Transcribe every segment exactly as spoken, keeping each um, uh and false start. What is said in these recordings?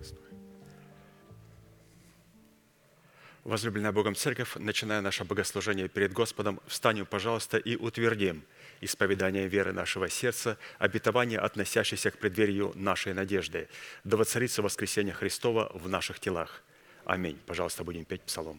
Возлюбленная Богом Церковь, начиная наше богослужение перед Господом, встанем, пожалуйста, и утвердим исповедание веры нашего сердца, обетование, относящееся к преддверию нашей надежды, да воцарится воскресение Христова в наших телах. Аминь. Пожалуйста, будем петь псалом.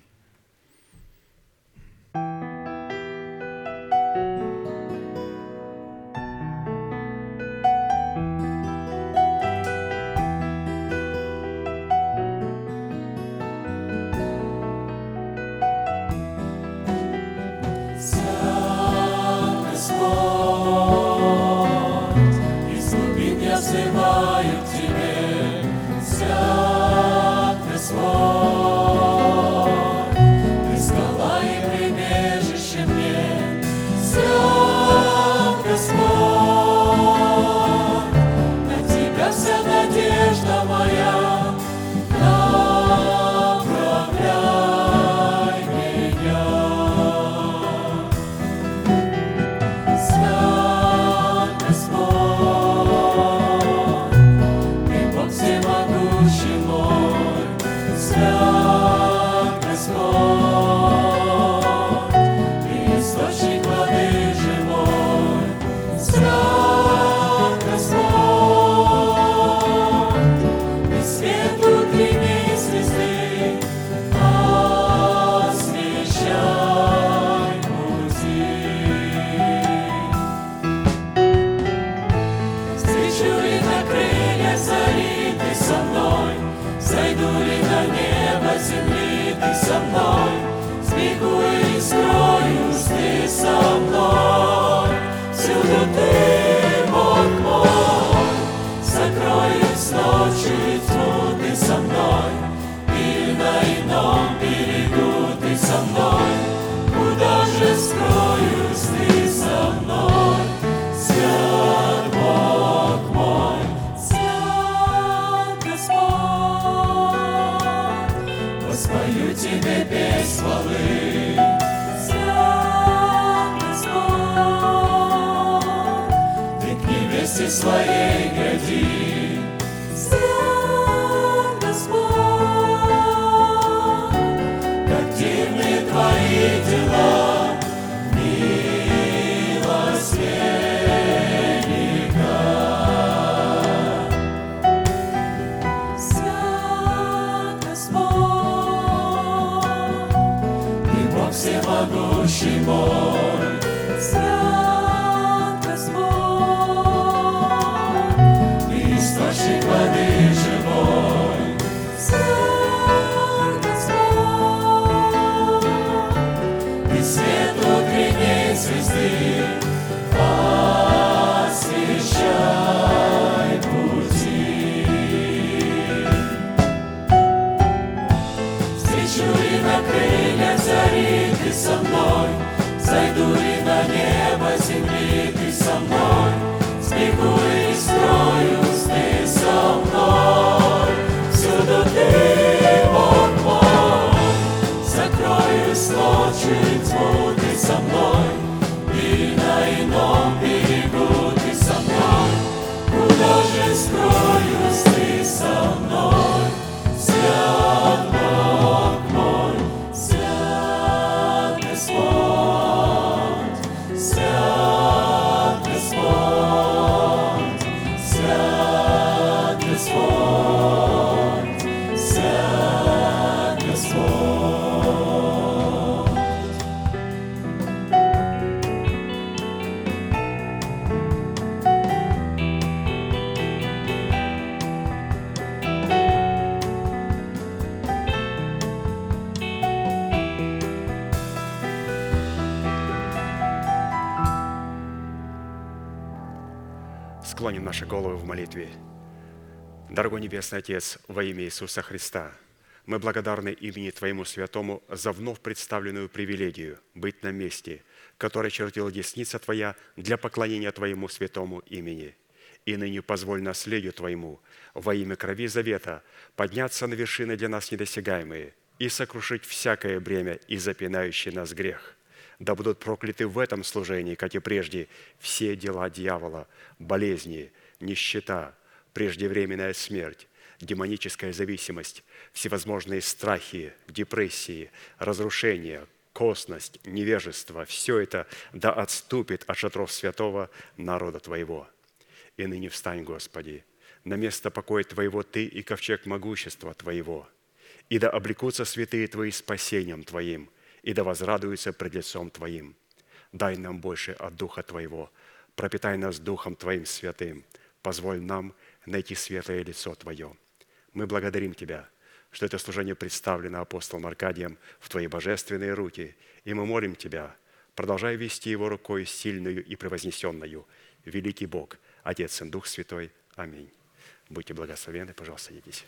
Склоним наши головы в молитве. Дорогой Небесный Отец, во имя Иисуса Христа, мы благодарны имени Твоему Святому за вновь представленную привилегию быть на месте, которое чертила десница Твоя для поклонения Твоему святому имени. И ныне позволь наследию Твоему во имя крови завета подняться на вершины для нас недосягаемые и сокрушить всякое бремя и запинающий нас грех. Да будут прокляты в этом служении, как и прежде, все дела дьявола, болезни, нищета, преждевременная смерть. демоническая зависимость, всевозможные страхи, депрессии, разрушения, косность, невежество, все это да отступит от шатров святого народа Твоего. И ныне встань, Господи, на место покоя Твоего Ты и ковчег могущества Твоего, и да облекутся святые Твои спасением Твоим, и да возрадуются пред лицом Твоим. Дай нам больше от Духа Твоего, пропитай нас Духом Твоим святым, позволь нам найти светлое лицо Твое. Мы благодарим Тебя, что это служение представлено апостолом Аркадием в Твои божественные руки, и мы молим Тебя, продолжай вести его рукой сильную и превознесенную, великий Бог, Отец, Сын, Дух Святой. Аминь. Будьте благословенны, пожалуйста, садитесь.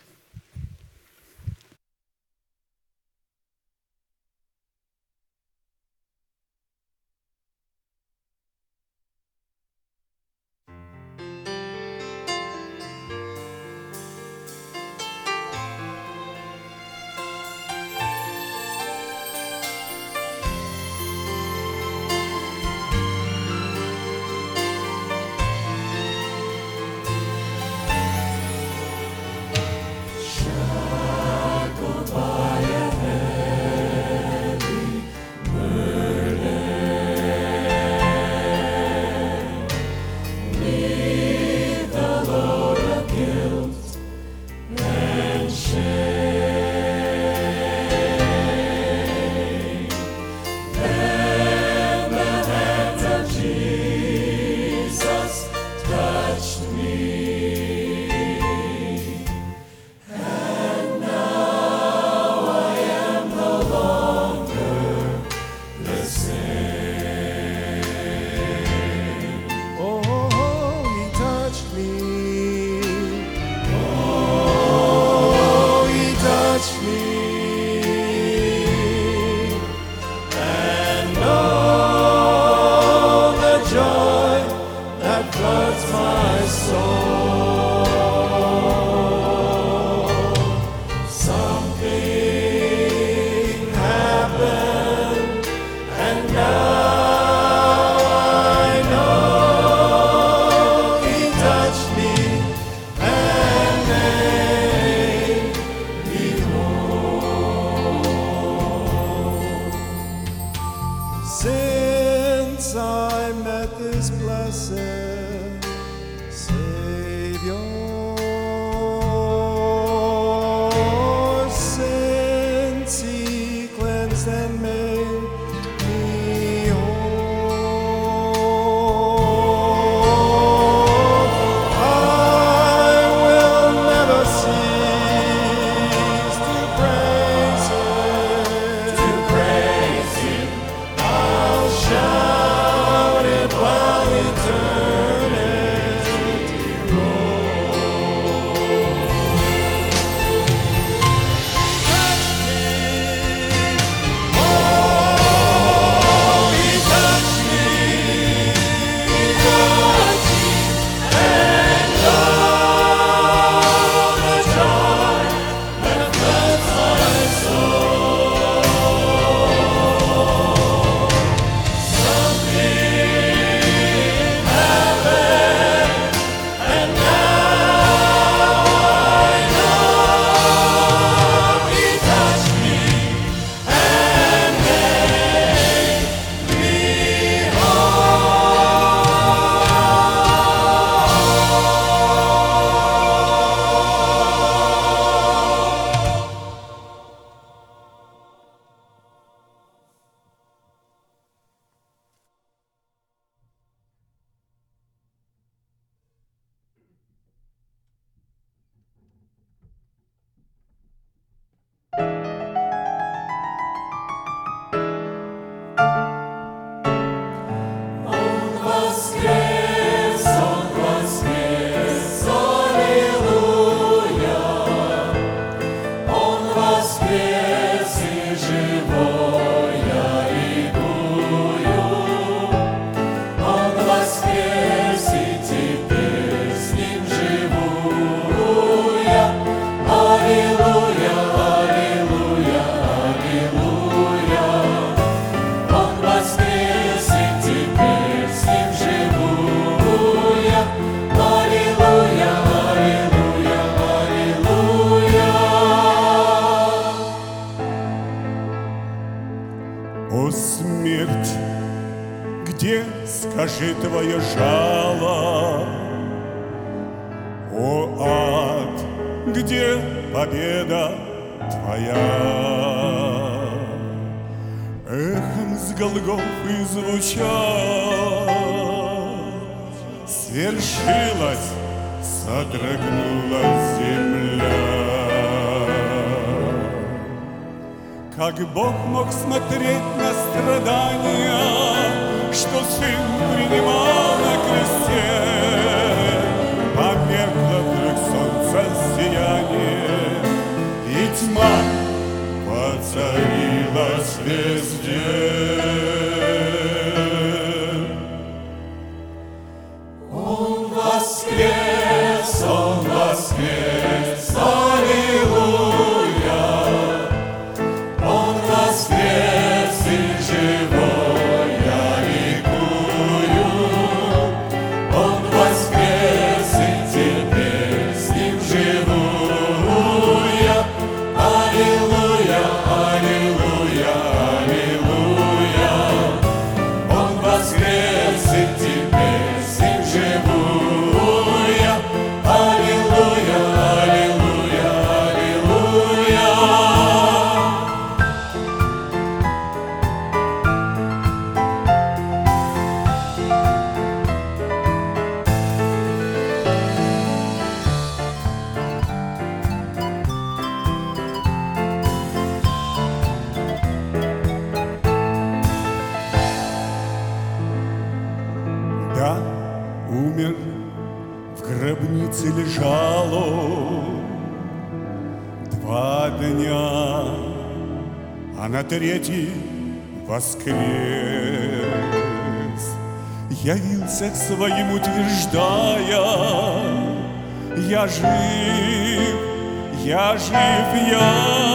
Аллилуйя, аллилуйя, аллилуйя. скажи твое жало, о ад, где победа твоя? Эхом с Голгофы звучат, свершилось, содрогнулась земля. Как Бог мог смотреть на страдания, что Сын принимал на кресте? Померкло вдруг солнце сияние, и тьма воцарилась везде. Он воскрес, Он воскрес, аллилуйя. Он воскрес, Сын живой, я ликую. Он воскрес, и теперь с Ним живу я. Аллилуйя, аллилуйя, аллилуйя. Он воскрес, и теперь с Ним живу я. Аллилуйя, аллилуйя, аллилуйя. Да, умер, в гробнице лежало два дня, а на третий воскрес. Явился к своим, утверждая: я жив, я жив, я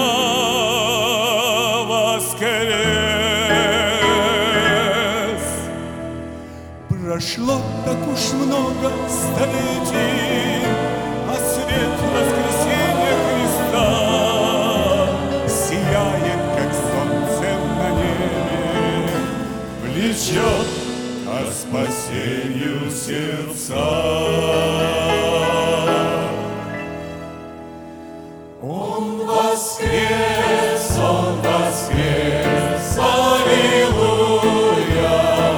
воскрес. Прошло так уж много столетий, а свет воскресения Христа сияет, как солнце на небе, влечет ко спасению сердца. Он воскрес, Он воскрес, аллилуйя.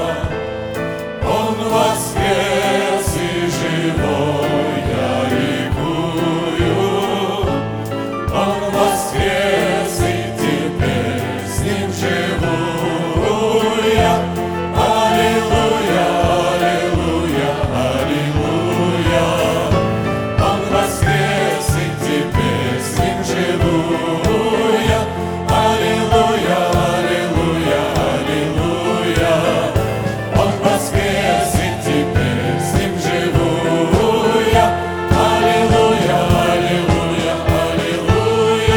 Он воскрес, и живой я ликую. Он воскрес, и теперь с Ним живу я. Аллилуйя, аллилуйя, аллилуйя. Он воскрес, и теперь с Ним живу я. Аллилуйя, аллилуйя, аллилуйя. Он воскрес, и теперь с Ним живу я. Аллилуйя, аллилуйя, аллилуйя.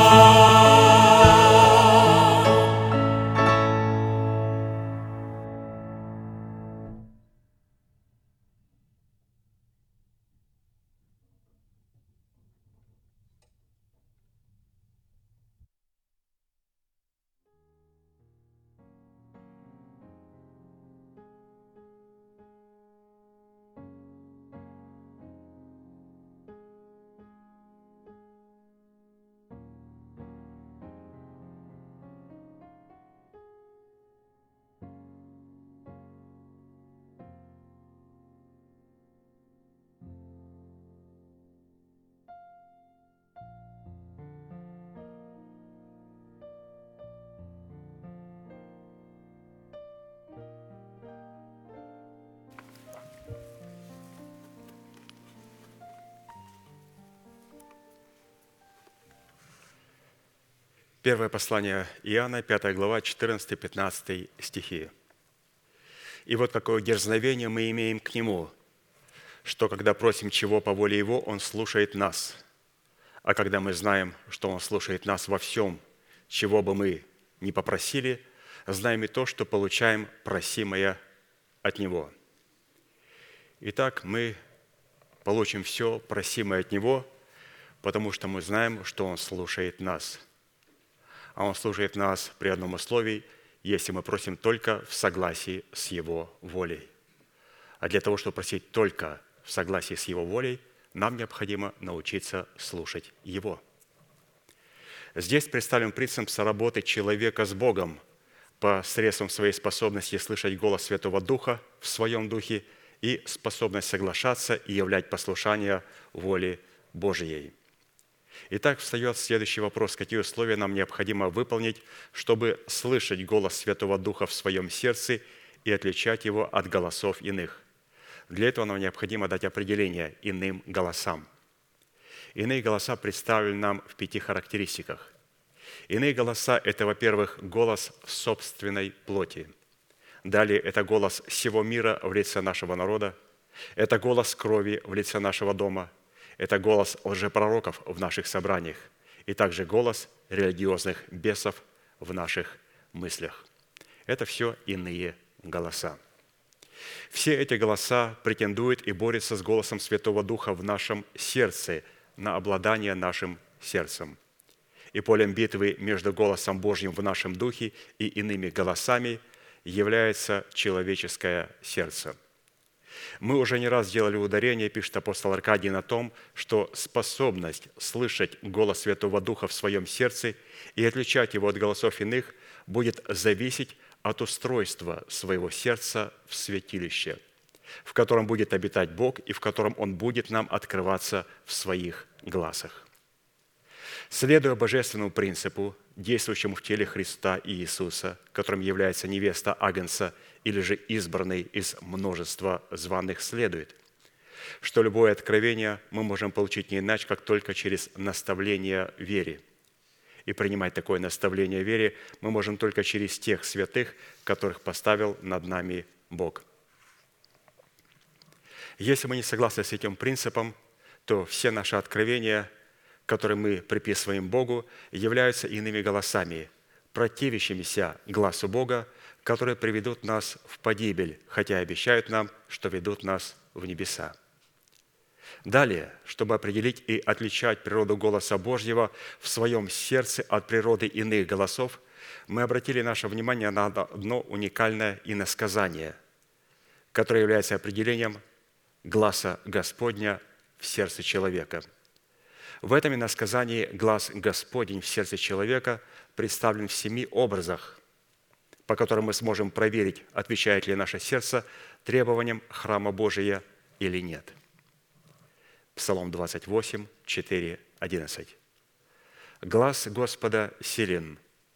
Первое послание Иоанна, пятая глава, четырнадцатый-пятнадцатый стихи. «И вот какое дерзновение мы имеем к Нему, что когда просим чего по воле Его, Он слушает нас. А когда мы знаем, что Он слушает нас во всем, чего бы мы ни попросили, знаем и то, что получаем просимое от Него». Итак, мы получим все просимое от Него, потому что мы знаем, что Он слушает нас. А Он слушает нас при одном условии, если мы просим только в согласии с Его волей. А для того, чтобы просить только в согласии с Его волей, нам необходимо научиться слушать Его. Здесь представлен принцип соработы человека с Богом посредством своей способности слышать голос Святого Духа в своем духе и способность соглашаться и являть послушание воле Божией. Итак, встает следующий вопрос: какие условия нам необходимо выполнить, чтобы слышать голос Святого Духа в своем сердце и отличать его от голосов иных? Для этого нам необходимо дать определение иным голосам. Иные голоса представлены нам в пяти характеристиках. Иные голоса – это, во-первых, голос собственной плоти. Далее, это голос всего мира в лице нашего народа. Это голос крови в лице нашего дома. Это голос лжепророков в наших собраниях. И также голос религиозных бесов в наших мыслях. Это все иные голоса. Все эти голоса претендуют и борются с голосом Святого Духа в нашем сердце на обладание нашим сердцем. И полем битвы между голосом Божьим в нашем духе и иными голосами является человеческое сердце. Мы уже не раз делали ударение, пишет апостол Аркадий, на том, что способность слышать голос Святого Духа в своем сердце и отличать его от голосов иных будет зависеть от устройства своего сердца в святилище, в котором будет обитать Бог и в котором Он будет нам открываться в своих глазах. Следуя божественному принципу, действующему в теле Христа и Иисуса, которым является невеста Агнца или же избранный из множества званых, следует, что любое откровение мы можем получить не иначе, как только через наставление вере. И принимать такое наставление вере мы можем только через тех святых, которых поставил над нами Бог. Если мы не согласны с этим принципом, то все наши откровения, которые мы приписываем Богу, являются иными голосами, противящимися гласу Бога, которые приведут нас в погибель, хотя обещают нам, что ведут нас в небеса. Далее, чтобы определить и отличать природу голоса Божьего в своем сердце от природы иных голосов, мы обратили наше внимание на одно уникальное иносказание, которое является определением гласа Господня в сердце человека. В этом иносказании глас Господень в сердце человека представлен в семи образах, по которым мы сможем проверить, отвечает ли наше сердце требованиям храма Божия или нет. Псалом двадцать восемь, четыре, одиннадцать. «Глас Господа силен,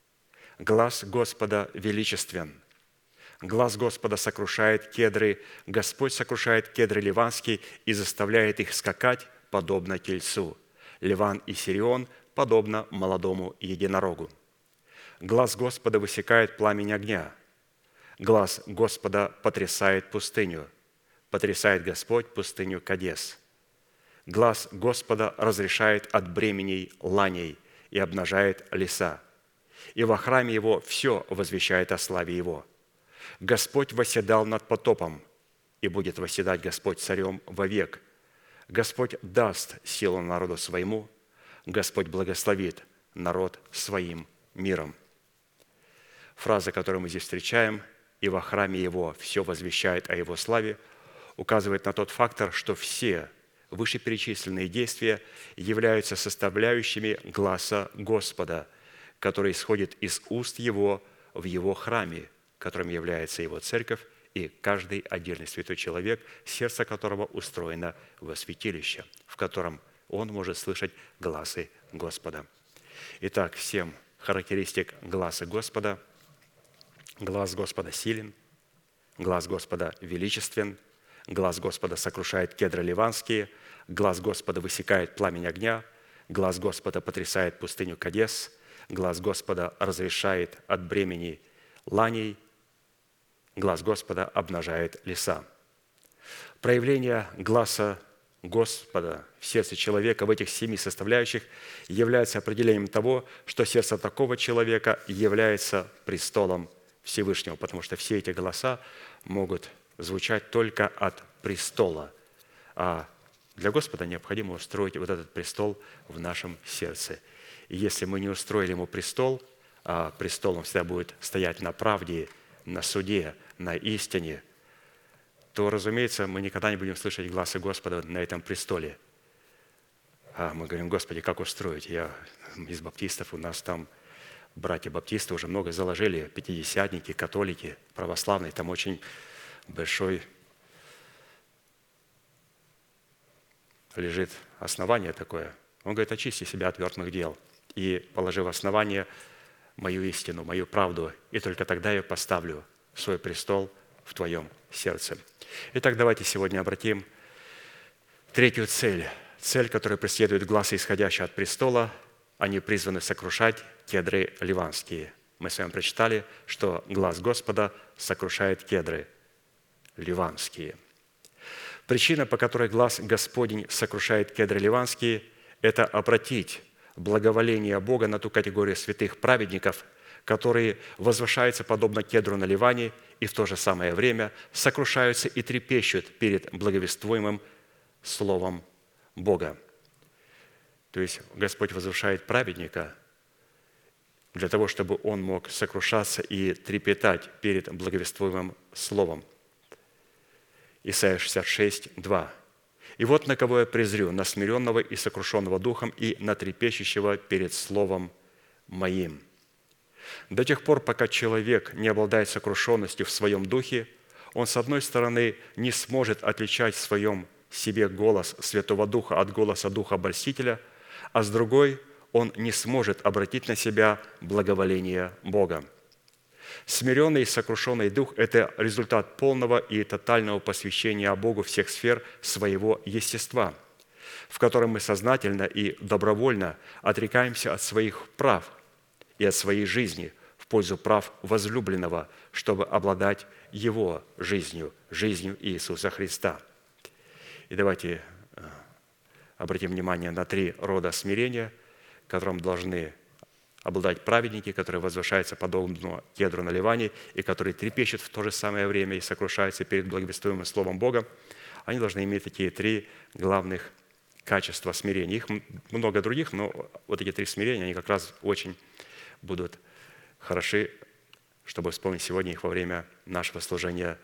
глас Господа величествен, глас Господа сокрушает кедры, Господь сокрушает кедры ливанские и заставляет их скакать, подобно тельцу. Ливан и Сирион подобно молодому единорогу. Глас Господа высекает пламень огня, глас Господа потрясает пустыню, потрясает Господь пустыню Кадес. Глас Господа разрешает от бременей ланей и обнажает леса. И во храме Его все возвещает о славе Его. Господь восседал над потопом, и будет восседать Господь царем вовек. Господь даст силу народу своему, Господь благословит народ своим миром». Фраза, которую мы здесь встречаем, «и во храме Его все возвещает о Его славе», указывает на тот фактор, что все вышеперечисленные действия являются составляющими гласа Господа, который исходит из уст Его в Его храме, которым является Его церковь и каждый отдельный святой человек, сердце которого устроено во святилище, в котором он может слышать гласы Господа. Итак, семь характеристик гласа Господа. Глас Господа силен, глас Господа величествен, глас Господа сокрушает кедры ливанские, глас Господа высекает пламень огня, глас Господа потрясает пустыню Кадес, глас Господа разрешает от бремени ланей, глас Господа обнажает леса. Проявление гласа Господа в сердце человека в этих семи составляющих является определением того, что сердце такого человека является престолом Всевышнего, потому что все эти голоса могут звучать только от престола. А для Господа необходимо устроить вот этот престол в нашем сердце. И если мы не устроили Ему престол, а престол он всегда будет стоять на правде, на суде, на истине, то, разумеется, мы никогда не будем слышать гласа Господа на этом престоле. А мы говорим: Господи, как устроить? Я из баптистов, у нас там братья-баптисты уже много заложили, пятидесятники, католики, православные, там очень большой лежит основание такое. Он говорит: очисти себя от вертных дел и положи в основание мою истину, мою правду, и только тогда я поставлю свой престол в твоем сердце. Итак, давайте сегодня обратим третью цель. Цель, которую преследует глаз, исходящий от престола. Они призваны сокрушать кедры ливанские. Мы с вами прочитали, что глаз Господа сокрушает кедры ливанские. Причина, по которой глаз Господень сокрушает кедры ливанские, это обратить благоволение Бога на ту категорию святых праведников, которые возвышаются подобно кедру на Ливане и в то же самое время сокрушаются и трепещут перед благовествуемым Словом Бога. То есть Господь возвышает праведника для того, чтобы он мог сокрушаться и трепетать перед благовествуемым Словом. Исайя шестьдесят шесть, два. «И вот на кого я презрю, на смиренного и сокрушенного духом, и на трепещущего перед Словом Моим». До тех пор, пока человек не обладает сокрушенностью в своем духе, он, с одной стороны, не сможет отличать в своем себе голос Святого Духа от голоса Духа Обольстителя, а с другой, он не сможет обратить на себя благоволение Бога. Смиренный и сокрушенный дух – это результат полного и тотального посвящения Богу всех сфер своего естества, в котором мы сознательно и добровольно отрекаемся от своих прав и от своей жизни в пользу прав возлюбленного, чтобы обладать Его жизнью, жизнью Иисуса Христа. И давайте обратим внимание на три рода смирения, которым должны обладать праведники, которые возвышаются подобно кедру на Ливане и которые трепещут в то же самое время и сокрушаются перед благовествуемым Словом Бога. Они должны иметь такие три главных качества смирения. Их много других, но вот эти три смирения, они как раз очень будут хороши, чтобы вспомнить сегодня их во время нашего служения,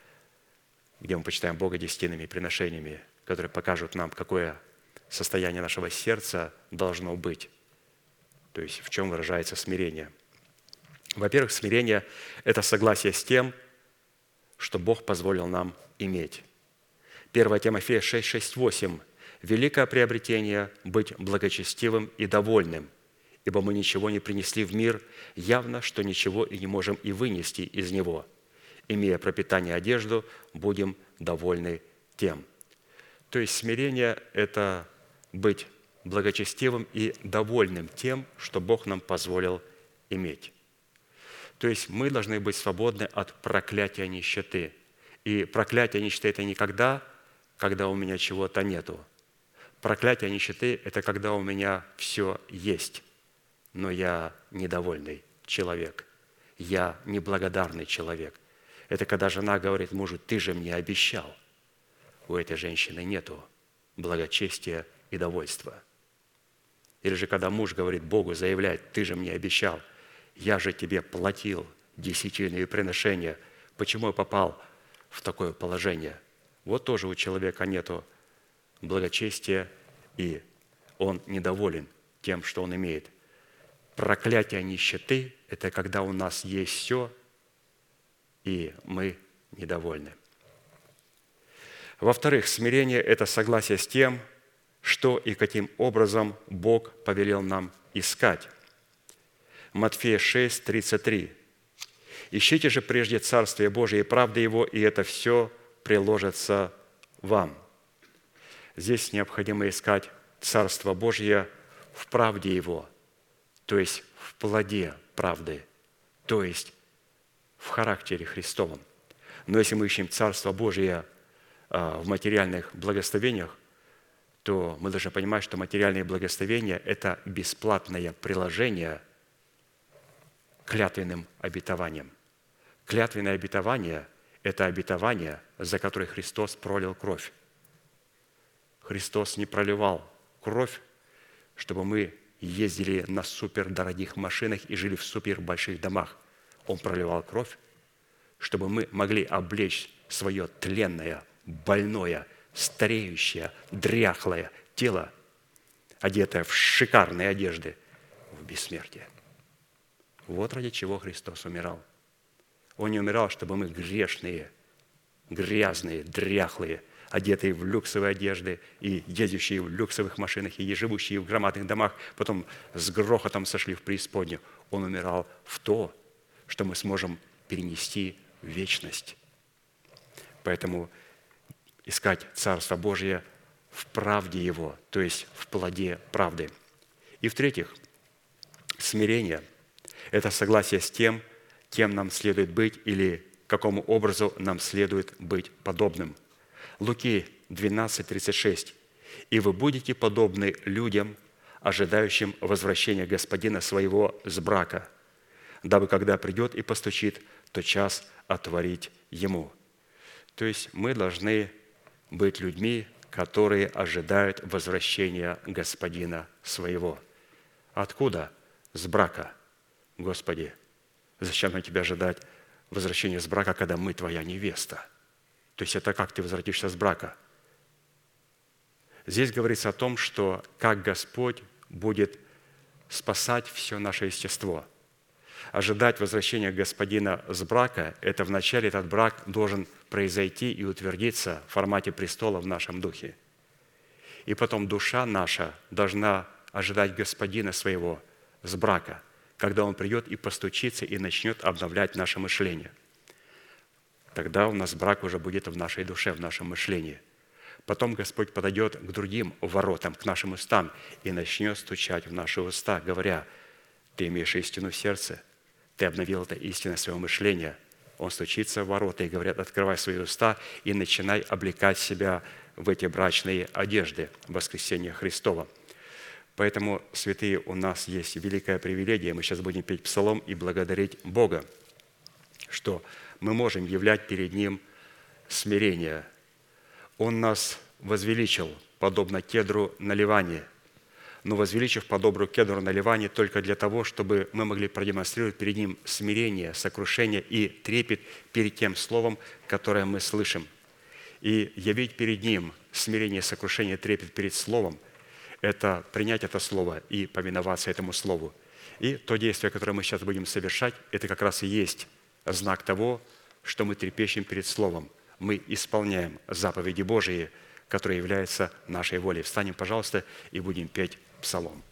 где мы почитаем Бога десятинными приношениями, которые покажут нам, какое состояние нашего сердца должно быть. То есть в чем выражается смирение. Во-первых, смирение – это согласие с тем, что Бог позволил нам иметь. первое Тимофея шесть, шесть, восемь. «Великое приобретение – быть благочестивым и довольным, ибо мы ничего не принесли в мир, явно, что ничего и не можем и вынести из него. Имея пропитание и одежду, будем довольны тем». То есть смирение – это быть благочестивым и довольным тем, что Бог нам позволил иметь. То есть мы должны быть свободны от проклятия нищеты. И проклятие нищеты – это не когда, когда у меня чего-то нету. Проклятие нищеты – это когда у меня все есть, но я недовольный человек, я неблагодарный человек. Это когда жена говорит мужу: «Ты же мне обещал». У этой женщины нету благочестия и довольства. Или же когда муж говорит Богу, заявляет: «Ты же мне обещал, я же тебе платил десятины и приношения, почему я попал в такое положение?» Вот тоже у человека нету благочестия, и он недоволен тем, что он имеет. Проклятие нищеты – это когда у нас есть все, и мы недовольны. Во-вторых, смирение – это согласие с тем, что и каким образом Бог повелел нам искать. Матфея шесть, тридцать три. «Ищите же прежде Царствие Божие и правды Его, и это все приложится вам». Здесь необходимо искать Царство Божье в правде Его, то есть в плоде правды, то есть в характере Христовом. Но если мы ищем Царство Божие в материальных благословениях, то мы должны понимать, что материальные благословения – это бесплатное приложение к клятвенным обетованиям. Клятвенное обетование – это обетование, за которое Христос пролил кровь. Христос не проливал кровь, чтобы мы ездили на супердорогих машинах и жили в супербольших домах. Он проливал кровь, чтобы мы могли облечь свое тленное, больное, стареющее, дряхлое тело, одетое в шикарные одежды, в бессмертие. Вот ради чего Христос умирал. Он не умирал, чтобы мы грешные, грязные, дряхлые, одетые в люксовые одежды и ездящие в люксовых машинах и живущие в громадных домах, потом с грохотом сошли в преисподнюю. Он умирал в то, что мы сможем перенести в вечность. Поэтому искать Царство Божие в правде Его, то есть в плоде правды. И в-третьих, смирение – это согласие с тем, кем нам следует быть или какому образу нам следует быть подобным. Луки двенадцать тридцать шесть. «И вы будете подобны людям, ожидающим возвращения господина своего с брака, дабы, когда придет и постучит, тотчас отворить ему». То есть мы должны быть людьми, которые ожидают возвращения господина своего. Откуда? С брака. Господи, зачем нам Тебя ожидать возвращения с брака, когда мы Твоя невеста? То есть это как ты возвратишься с брака? Здесь говорится о том, что как Господь будет спасать все наше естество. Ожидать возвращения Господина с брака – это вначале этот брак должен произойти и утвердиться в формате престола в нашем духе. И потом душа наша должна ожидать Господина своего с брака, когда Он придет и постучится и начнет обновлять наше мышление. Тогда у нас брак уже будет в нашей душе, в нашем мышлении. Потом Господь подойдет к другим воротам, к нашим устам и начнет стучать в наши уста, говоря: «Ты имеешь истину в сердце, ты обновил это истинное свое мышление». Он стучится в ворота и говорят: «Открывай свои уста и начинай облекать себя в эти брачные одежды воскресения Христова». Поэтому, святые, у нас есть великая привилегия. Мы сейчас будем петь псалом и благодарить Бога, что мы можем являть перед Ним смирение. Он нас возвеличил, подобно кедру на Ливане, но возвеличив подобно кедру на Ливане только для того, чтобы мы могли продемонстрировать перед Ним смирение, сокрушение и трепет перед тем словом, которое мы слышим. И явить перед Ним смирение, сокрушение, трепет перед словом – это принять это слово и повиноваться этому слову. И то действие, которое мы сейчас будем совершать, это как раз и есть знак того, что мы трепещем перед словом. Мы исполняем заповеди Божии, которые являются нашей волей. Встанем, пожалуйста, и будем петь псалом.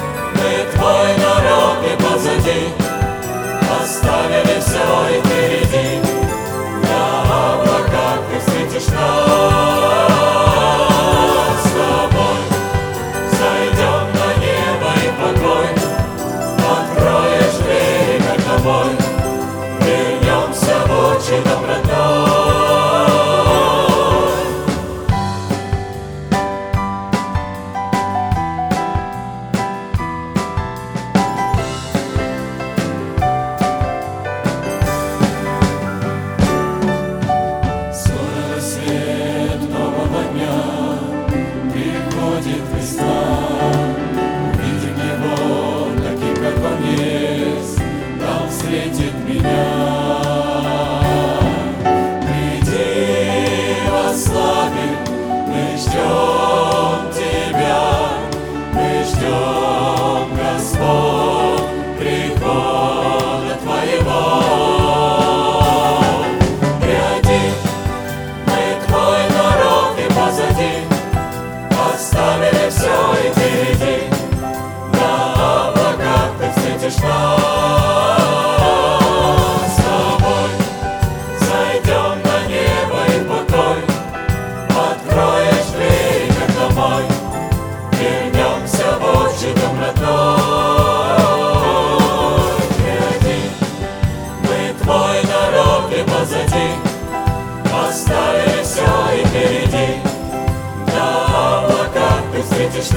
Оставили все и впереди. хочешь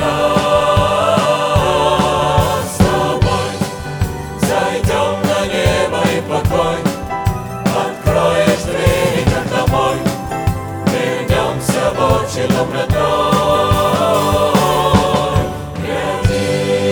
нас с тобой, зайдем на небо и покой, откроешь двери, как домой, вернемся в отчий дом родной. Приди.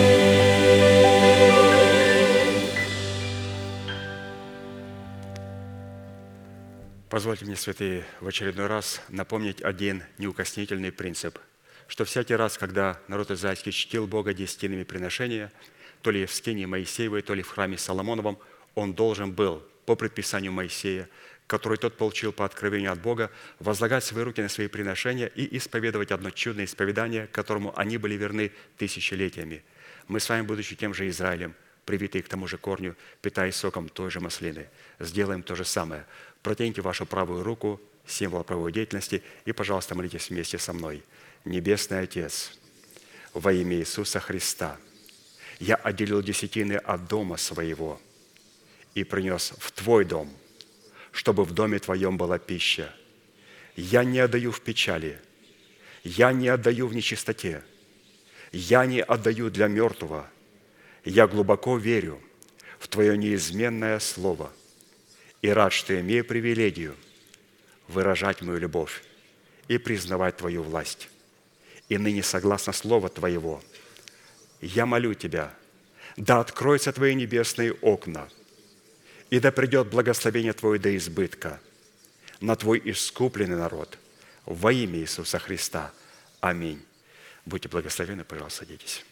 Позвольте мне, святые, в очередной раз напомнить один неукоснительный принцип, что всякий раз, когда народ израильский чтил Бога десятинными приношения, то ли в скинии Моисеевой, то ли в храме Соломоновом, он должен был, по предписанию Моисея, который тот получил по откровению от Бога, возлагать свои руки на свои приношения и исповедовать одно чудное исповедание, которому они были верны тысячелетиями. Мы с вами, будучи тем же Израилем, привитые к тому же корню, питаясь соком той же маслины, сделаем то же самое. Протяните вашу правую руку, символ правовой деятельности, и, пожалуйста, молитесь вместе со мной. Небесный Отец, во имя Иисуса Христа, я отделил десятины от дома своего и принес в Твой дом, чтобы в доме Твоем была пища. Я не отдаю в печали, я не отдаю в нечистоте, я не отдаю для мертвого. Я глубоко верю в Твое неизменное Слово и рад, что имею привилегию выражать мою любовь и признавать Твою власть. И ныне, согласно Слова Твоего, я молю Тебя, да откроются Твои небесные окна, и да придет благословение Твое до избытка на Твой искупленный народ во имя Иисуса Христа. Аминь. Будьте благословенны, пожалуйста, садитесь.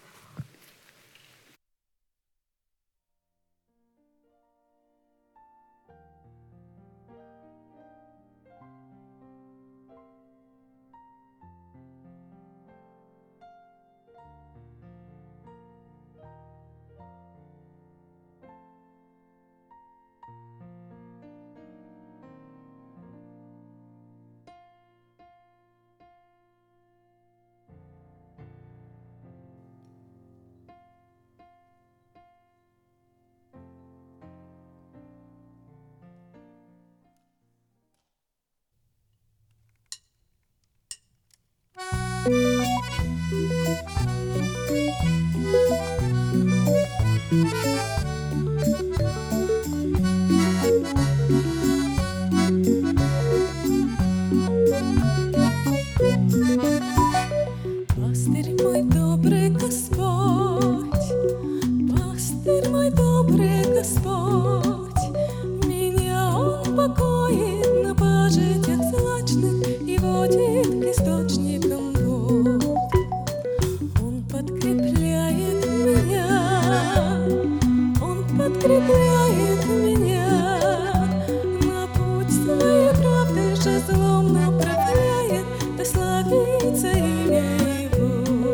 Пастырь мой добрый Господь, пастырь мой добрый Господь, меня Он покоит на пажитях злачных и водит к источникам вод. Он подкрепляет меня, Он подкрепляет меня, на путь своей правды же злом направляет, да славится имя Его.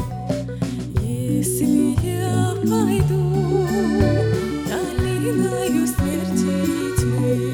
Если я пойду долиною смерти и тьмы,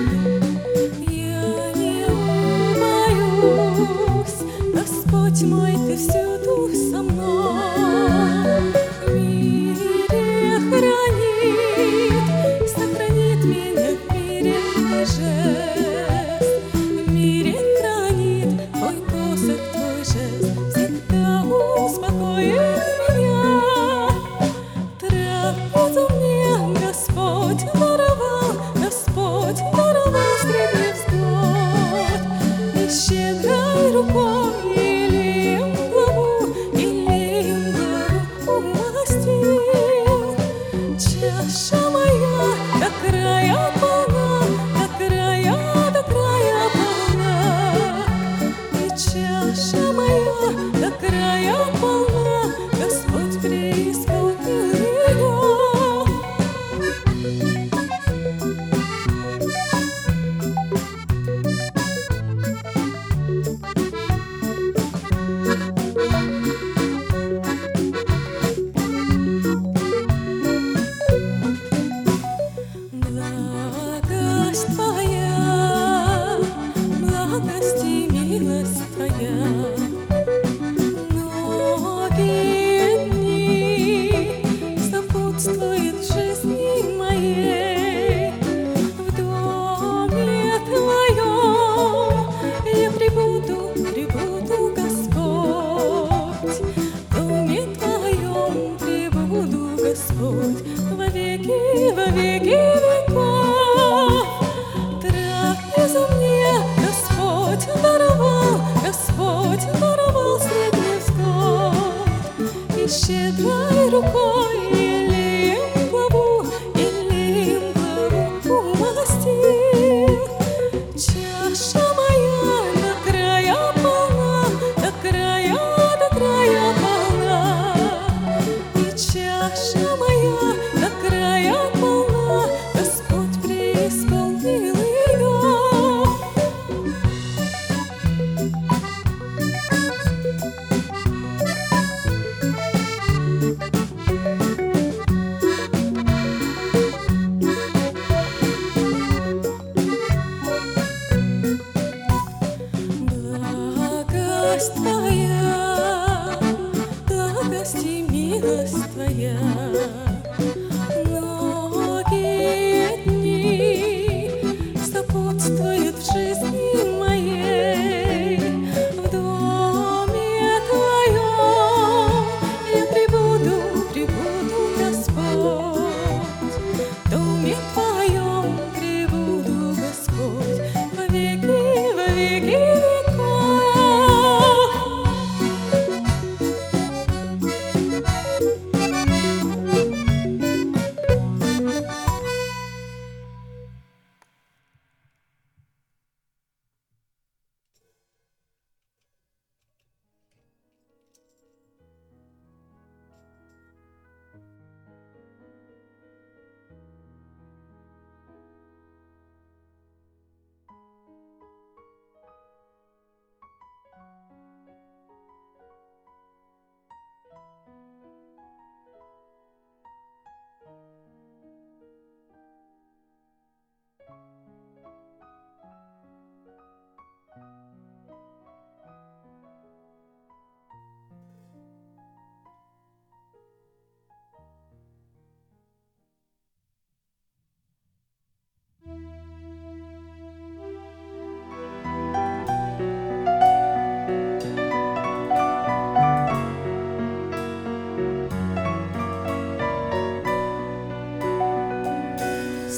я не убоюсь, Господь мой, Ты всюду со мной. В мире хранит, сохранит меня в мире божеств. В мире хранит Твой посох, Твой жест, всегда успокоит меня. Трапезу мне Господь даровал, Господь даровал среди взгод. И щедрой рукой илеем главу, илеем главу умастил. Чаша моя до края полна, до края, до края полна. И чаша моя до края полна, Господь преисполнил ее.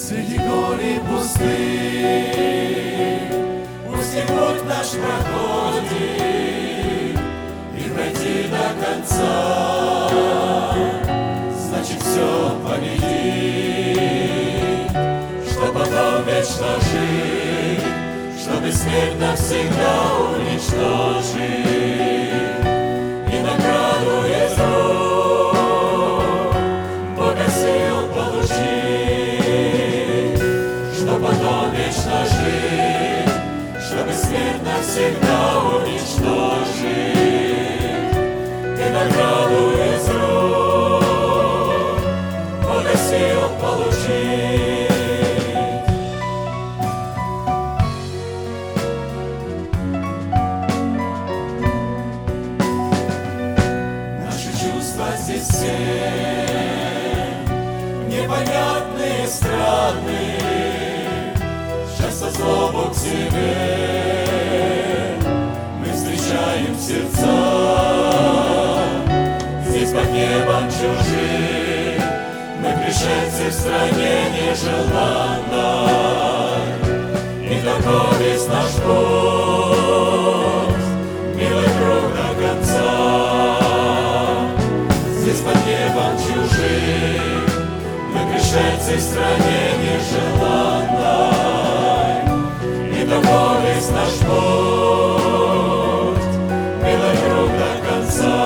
Среди гор и пустынь, пусть и путь наш проходит, и пройти до конца, значит все победить, что потом вечно жить, чтобы смерть навсегда уничтожить, и награду из рук Бога сил получить, что потом вечно жить, чтобы смерть навсегда уничтожить, и награду из рук Бога сил получить. Здесь все непонятные страны, часто злобу к себе мы встречаем в сердцах. Здесь под небом чужим мы пришельцы в стране нежеланной, и таков весь наш путь, милый друг, до конца. Здесь под небом чужим мы пришельцы в стране нежеланной, и таков весь наш путь, милый друг, до конца.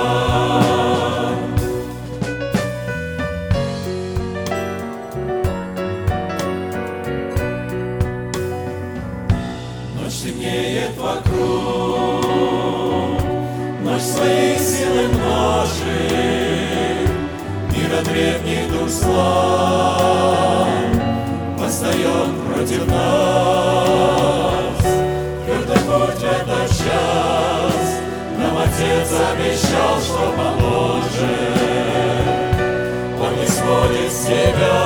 Ночь темнеет вокруг, ночь своей силы множит, мира древний дух зла восстает против нас. Твердый путь в этот час нам Отец обещал, что поможет. Он не сводит с тебя,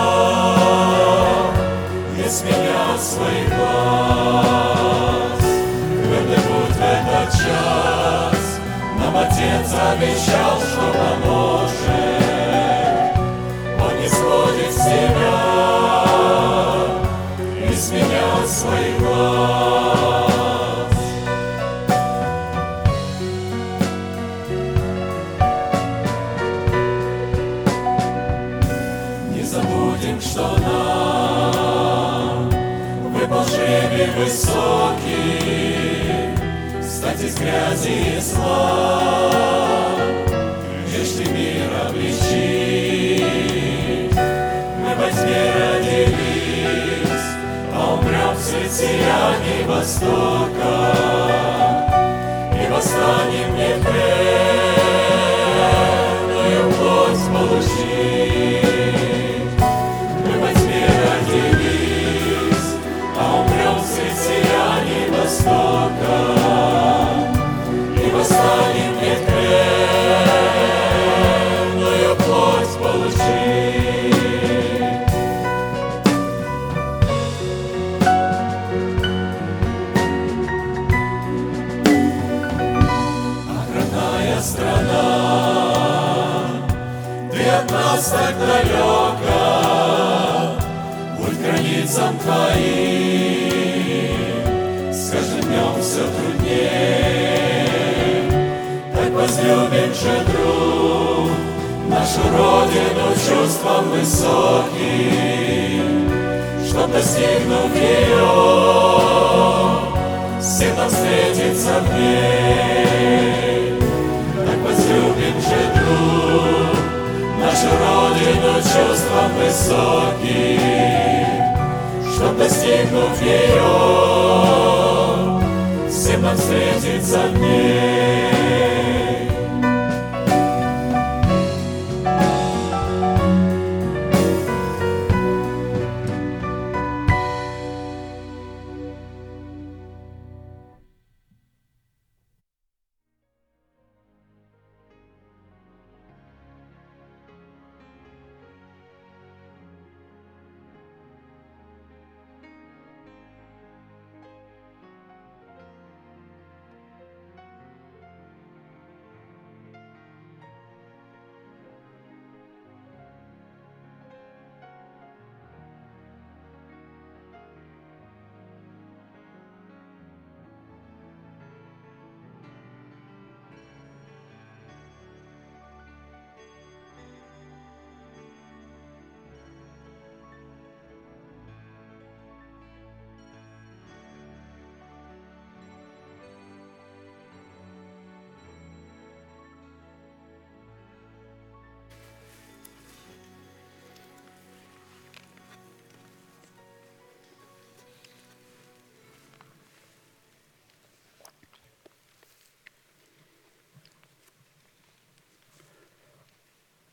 не сменяет своих глаз. Твердый путь в этот час нам Отец обещал, что поможет. Он не сводит с тебя, не сменяет своих глаз. Не забудем, что нам выпал жребий высокий, стать из грязи и зла, грешный мир обличить. Мы во тьме родились, а умрем в свет сияний Востока, и восстанем не тленную плоть получить. Мы во тьме родились, а умрем в свет сияний Востока, восстанем нетленную плоть получить. Ах, родная страна, ты от нас так далека, путь к границам твоим с каждым днем все труднее. Возлюбим же, друг, нашу Родину чувством высоким, чтоб, достигнув ее, всем нам встретиться в ней. Так возлюбим же, друг, нашу Родину чувством высоким, чтоб, достигнув ее, всем нам встретиться в ней.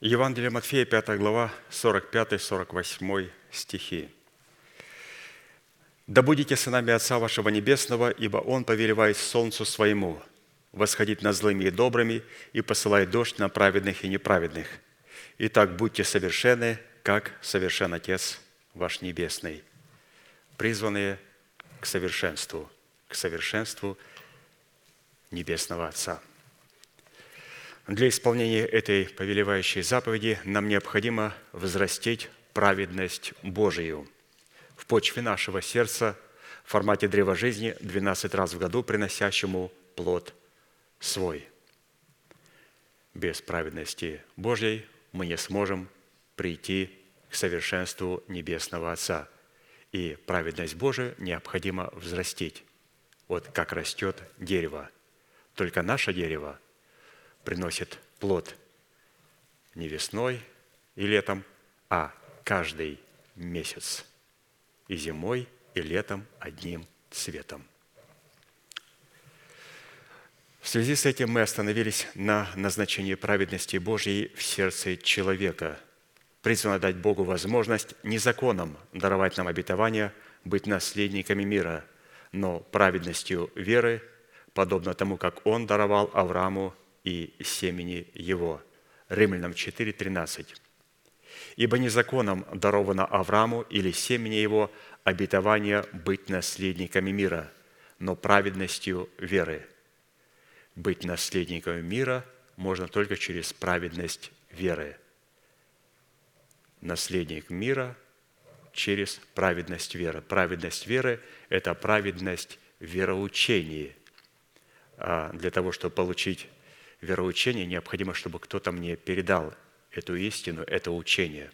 Евангелие Матфея, пятая глава, сорок пятый сорок восьмой стихи. «Да будете сынами Отца вашего Небесного, ибо Он повелевает солнцу своему восходить над злыми и добрыми и посылает дождь на праведных и неправедных. Итак, будьте совершенны, как совершен Отец ваш Небесный». Призванные к совершенству, к совершенству Небесного Отца. Для исполнения этой повелевающей заповеди нам необходимо взрастить праведность Божию в почве нашего сердца в формате древа жизни двенадцать раз в году, приносящему плод свой. Без праведности Божьей мы не сможем прийти к совершенству Небесного Отца. И праведность Божию необходимо взрастить. Вот как растет дерево. Только наше дерево приносит плод не весной и летом, а каждый месяц. И зимой, и летом одним цветом. В связи с этим мы остановились на назначении праведности Божьей в сердце человека. Призвано дать Богу возможность не законом даровать нам обетование быть наследниками мира, но праведностью веры, подобно тому, как Он даровал Аврааму и семени его. Римлянам четыре тринадцать. «Ибо не законом даровано Аврааму или семени его обетование быть наследниками мира, но праведностью веры». Быть наследниками мира можно только через праведность веры. Наследник мира через праведность веры. Праведность веры – это праведность вероучения. А для того, чтобы получить вероучение, необходимо, чтобы кто-то мне передал эту истину, это учение.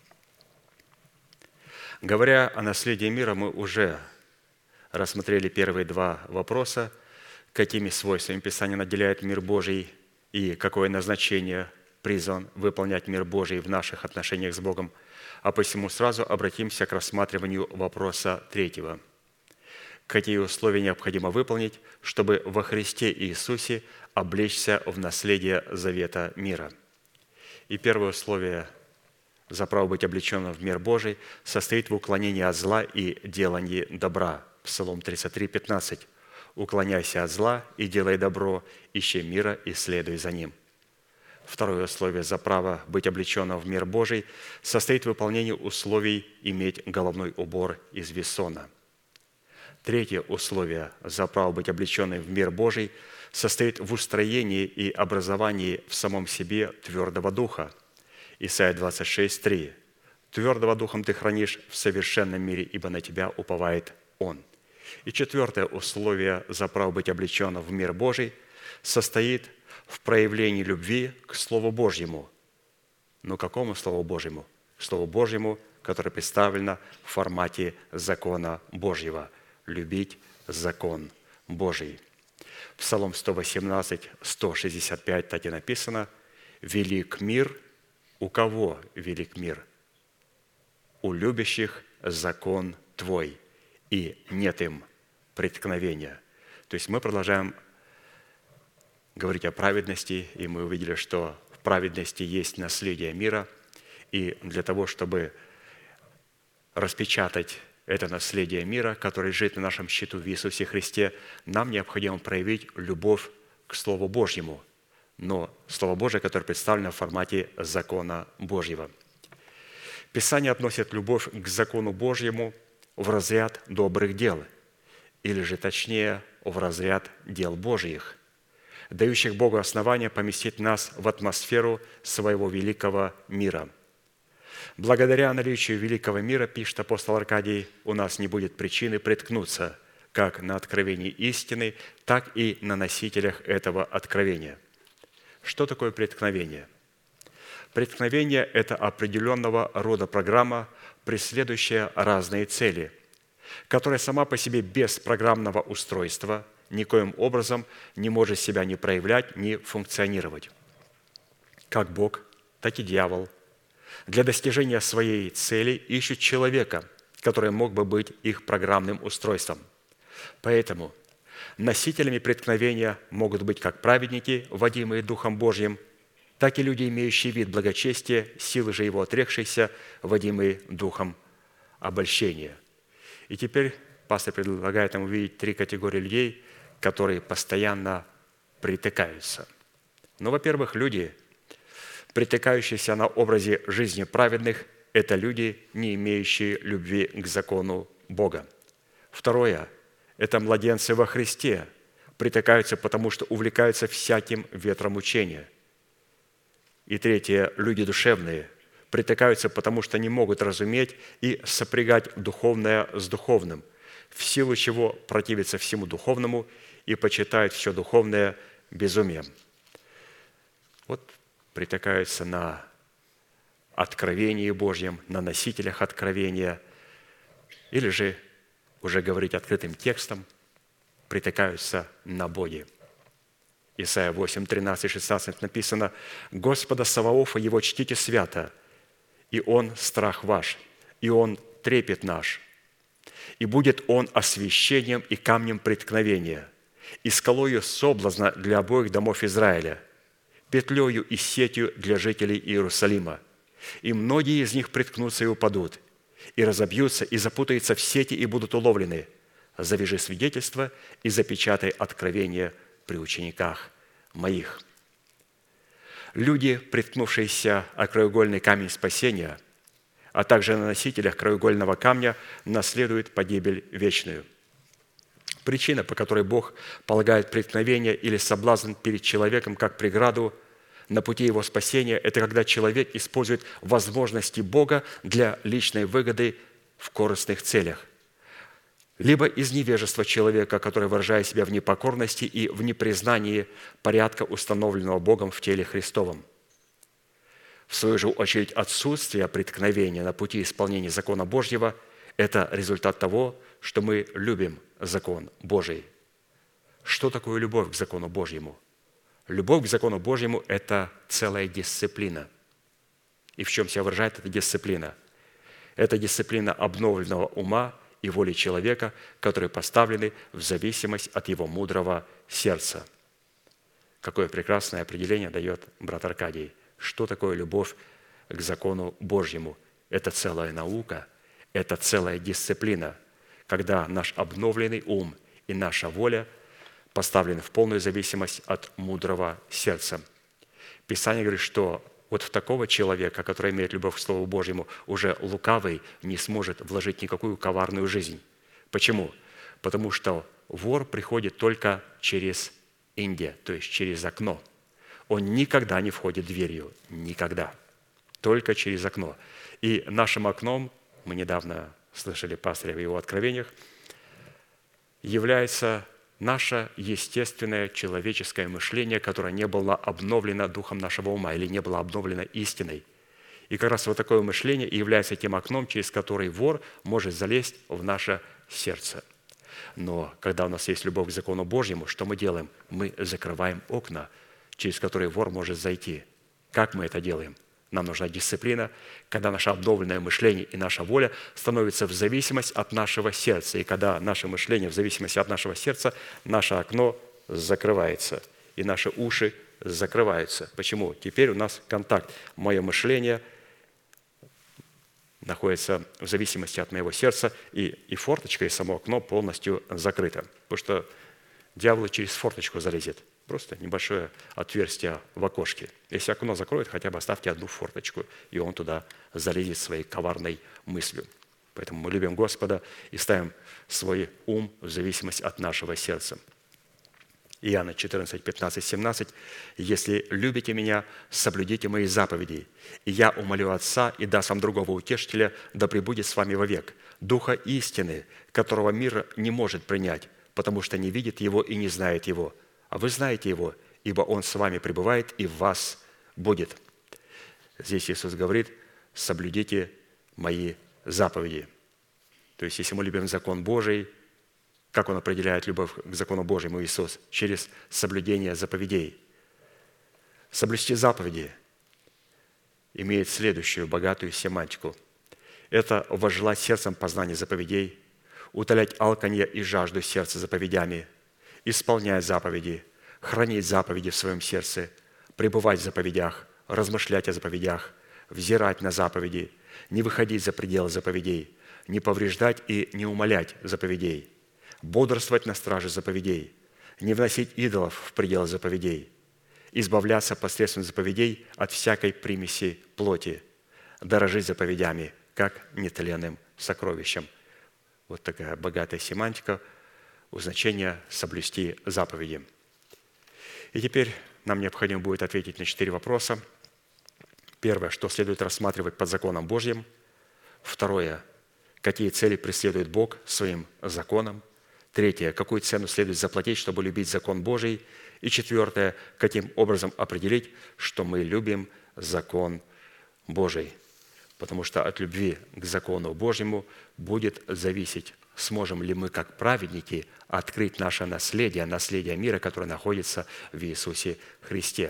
Говоря о наследии мира, мы уже рассмотрели первые два вопроса, какими свойствами Писание наделяет мир Божий и какое назначение призван выполнять мир Божий в наших отношениях с Богом. А посему сразу обратимся к рассматриванию вопроса третьего. Какие условия необходимо выполнить, чтобы во Христе Иисусе облечься в наследие завета мира? И первое условие за право быть облеченным в мир Божий состоит в уклонении от зла и делании добра. Псалом тридцать три пятнадцать. «Уклоняйся от зла и делай добро, ищи мира и следуй за ним». Второе условие за право быть облеченным в мир Божий состоит в выполнении условий иметь головной убор из весона. Третье условие за право быть облеченным в мир Божий состоит в устроении и образовании в самом себе твердого духа. Исайя двадцать шесть три. «Твердого духом ты хранишь в совершенном мире, ибо на тебя уповает Он». И четвертое условие за право быть облеченным в мир Божий состоит в проявлении любви к Слову Божьему. Но какому Слову Божьему? Слову Божьему, которое представлено в формате закона Божьего. Любить закон Божий. Псалом сто восемнадцать, сто шестьдесят пять так и написано: «Велик мир». У кого велик мир? У любящих закон Твой, и нет им преткновения. То есть мы продолжаем говорить о праведности, и мы увидели, что в праведности есть наследие мира, и для того, чтобы распечатать это наследие мира, которое лежит на нашем счету в Иисусе Христе, нам необходимо проявить любовь к Слову Божьему, но Слово Божие, которое представлено в формате закона Божьего. Писание относит любовь к закону Божьему в разряд добрых дел, или же точнее в разряд дел Божьих, дающих Богу основание поместить нас в атмосферу своего великого мира. Благодаря наличию великого мира, пишет апостол Аркадий, у нас не будет причины приткнуться как на откровении истины, так и на носителях этого откровения. Что такое преткновение? Преткновение – это определенного рода программа, преследующая разные цели, которая сама по себе без программного устройства никоим образом не может себя ни проявлять, ни функционировать. Как Бог, так и дьявол для достижения своей цели ищут человека, который мог бы быть их программным устройством. Поэтому носителями преткновения могут быть как праведники, водимые Духом Божьим, так и люди, имеющие вид благочестия, силы же его отрекшиеся, водимые духом обольщения». И теперь пастор предлагает нам увидеть три категории людей, которые постоянно притыкаются. Ну, во-первых, люди, притыкающиеся на образе жизни праведных, это люди, не имеющие любви к закону Бога. Второе – это младенцы во Христе, притыкаются, потому что увлекаются всяким ветром учения. И третье – люди душевные, притыкаются, потому что не могут разуметь и сопрягать духовное с духовным, в силу чего противятся всему духовному и почитают все духовное безумием. Вот притыкаются на откровении Божьем, на носителях откровения, или же, уже говорить открытым текстом, притыкаются на Боге. Исайя восемь, тринадцать, шестнадцать написано: «Господа Саваофа, Его чтите свято, и Он страх ваш, и Он трепет наш, и будет Он освящением и камнем преткновения, и скалою соблазна для обоих домов Израиля, петлею и сетью для жителей Иерусалима. И многие из них приткнутся и упадут, и разобьются, и запутаются в сети, и будут уловлены. Завяжи свидетельство и запечатай откровение при учениках моих». Люди, приткнувшиеся о краеугольный камень спасения, а также на носителях краеугольного камня, наследуют погибель вечную. Причина, по которой Бог полагает преткновение или соблазн перед человеком как преграду на пути его спасения, это когда человек использует возможности Бога для личной выгоды в корыстных целях, либо из невежества человека, который выражает себя в непокорности и в непризнании порядка, установленного Богом в теле Христовом. В свою же очередь, отсутствие преткновения на пути исполнения закона Божьего – это результат того, что мы любим закон Божий. Что такое любовь к закону Божьему? Любовь к закону Божьему – это целая дисциплина. И в чем себя выражает эта дисциплина? Это дисциплина обновленного ума и воли человека, которые поставлены в зависимость от его мудрого сердца. Какое прекрасное определение дает брат Аркадий. Что такое любовь к закону Божьему? Это целая наука, это целая дисциплина, когда наш обновленный ум и наша воля поставлены в полную зависимость от мудрого сердца. Писание говорит, что вот в такого человека, который имеет любовь к Слову Божьему, уже лукавый не сможет вложить никакую коварную жизнь. Почему? Потому что вор приходит только через инде, то есть через окно. Он никогда не входит дверью, никогда, только через окно. И нашим окном, мы недавно слышали пастыря в его откровениях, является наше естественное человеческое мышление, которое не было обновлено духом нашего ума или не было обновлено истиной. И как раз вот такое мышление и является тем окном, через который вор может залезть в наше сердце. Но когда у нас есть любовь к закону Божьему, что мы делаем? Мы закрываем окна, через которые вор может зайти. Как мы это делаем? Нам нужна дисциплина, когда наше обновленное мышление и наша воля становятся в зависимость от нашего сердца. И когда наше мышление в зависимости от нашего сердца, наше окно закрывается, и наши уши закрываются. Почему? Теперь у нас контакт. Мое мышление находится в зависимости от моего сердца, и, и форточка, и само окно полностью закрыто. Потому что дьявол через форточку залезет. Просто небольшое отверстие в окошке. Если окно закроет, хотя бы оставьте одну форточку, и он туда залезет своей коварной мыслью. Поэтому мы любим Господа и ставим свой ум в зависимость от нашего сердца. Иоанна четырнадцать, пятнадцать, семнадцать. «Если любите Меня, соблюдите Мои заповеди, и Я умолю Отца, и даст вам другого утешителя, да пребудет с вами вовек, Духа истины, которого мир не может принять, потому что не видит Его и не знает Его. А вы знаете Его, ибо Он с вами пребывает и в вас будет». Здесь Иисус говорит: «Соблюдите Мои заповеди». То есть, если мы любим закон Божий, как Он определяет любовь к закону Божьему, Иисус? Через соблюдение заповедей. Соблюсти заповеди имеет следующую богатую семантику. Это возжелать сердцем познание заповедей, утолять алканье и жажду сердца заповедями, исполнять заповеди, хранить заповеди в своем сердце, пребывать в заповедях, размышлять о заповедях, взирать на заповеди, не выходить за пределы заповедей, не повреждать и не умалять заповедей, бодрствовать на страже заповедей, не вносить идолов в пределы заповедей, избавляться посредством заповедей от всякой примеси плоти, дорожить заповедями, как нетленным сокровищем». Вот такая богатая семантика у значения «соблюсти заповеди». И теперь нам необходимо будет ответить на четыре вопроса. Первое, что следует рассматривать под законом Божьим. Второе, какие цели преследует Бог своим законом. Третье, какую цену следует заплатить, чтобы любить закон Божий. И четвертое, каким образом определить, что мы любим закон Божий. Потому что от любви к закону Божьему будет зависеть, сможем ли мы, как праведники, открыть наше наследие, наследие мира, которое находится в Иисусе Христе.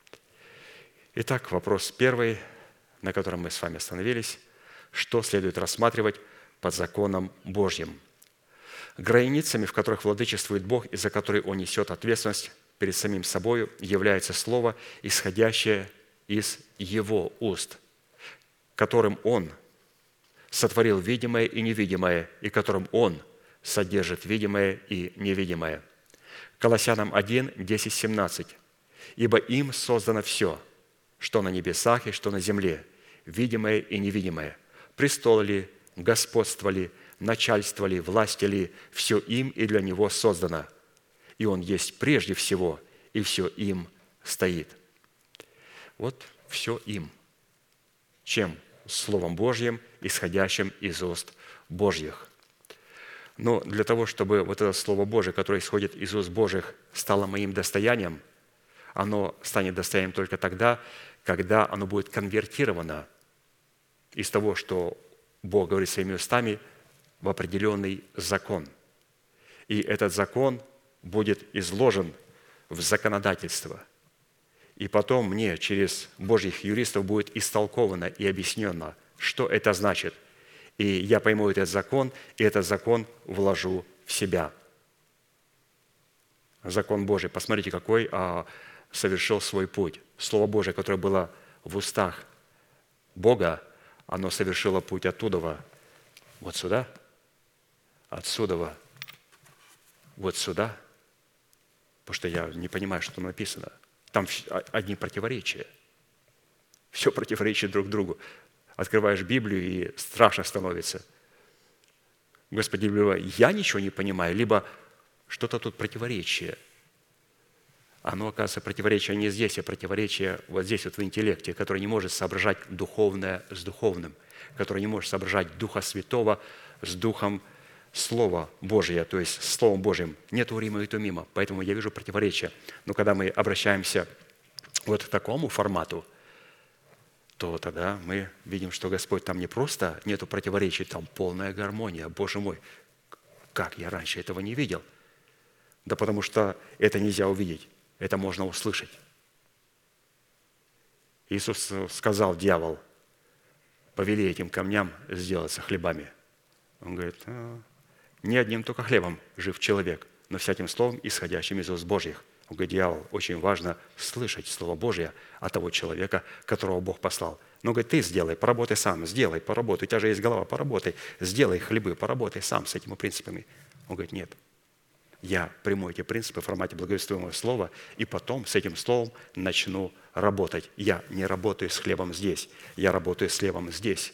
Итак, вопрос первый, на котором мы с вами остановились. Что следует рассматривать под законом Божьим? Границами, в которых владычествует Бог и за которые Он несет ответственность перед самим собой, является слово, исходящее из Его уст, которым Он сотворил видимое и невидимое, и которым Он содержит видимое и невидимое. Колоссянам один, десять, семнадцать. «Ибо им создано все, что на небесах и что на земле, видимое и невидимое, престол ли, господство ли, начальство ли, власть ли, все им и для Него создано. И Он есть прежде всего, и все им стоит». Вот все им. Чем? Словом Божьим, исходящим из уст Божьих. Но для того, чтобы вот это Слово Божие, которое исходит из уст Божьих, стало моим достоянием, оно станет достоянием только тогда, когда оно будет конвертировано из того, что Бог говорит своими устами, в определенный закон. И этот закон будет изложен в законодательство. И потом мне через Божьих юристов будет истолковано и объяснено, что это значит. И я пойму этот закон, и этот закон вложу в себя. Закон Божий, посмотрите, какой а, совершил свой путь. Слово Божие, которое было в устах Бога, оно совершило путь оттуда, вот сюда, отсюда, вот сюда, потому что я не понимаю, что там написано. Там одни противоречия. Все противоречит друг другу. Открываешь Библию, и страшно становится. Господи, либо я ничего не понимаю, либо что-то тут противоречие. Оно, оказывается, противоречие не здесь, а противоречие вот здесь, вот в интеллекте, который не может соображать духовное с духовным, который не может соображать Духа Святого с Духом Слова Божие, то есть с Словом Божьим. Нет урима и тумима, поэтому я вижу противоречия. Но когда мы обращаемся вот к такому формату, то тогда мы видим, что Господь там не просто нету противоречий, там полная гармония. Боже мой, как я раньше этого не видел? Да потому что это нельзя увидеть, это можно услышать. Иисус сказал, дьявол, повели этим камням сделаться хлебами. Он говорит, не одним только хлебом жив человек, но всяким словом, исходящим из уст Божьих. Он говорит, дьявол, очень важно слышать Слово Божье от того человека, которого Бог послал. Но, говорит, ты сделай, поработай сам, сделай, поработай, у тебя же есть голова, поработай, сделай хлебы, поработай сам с этими принципами. Он говорит, нет, я приму эти принципы в формате благовествуемого слова, и потом с этим словом начну работать. Я не работаю с хлебом здесь, я работаю с хлебом здесь.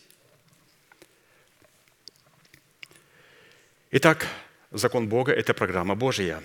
Итак, закон Бога – это программа Божья,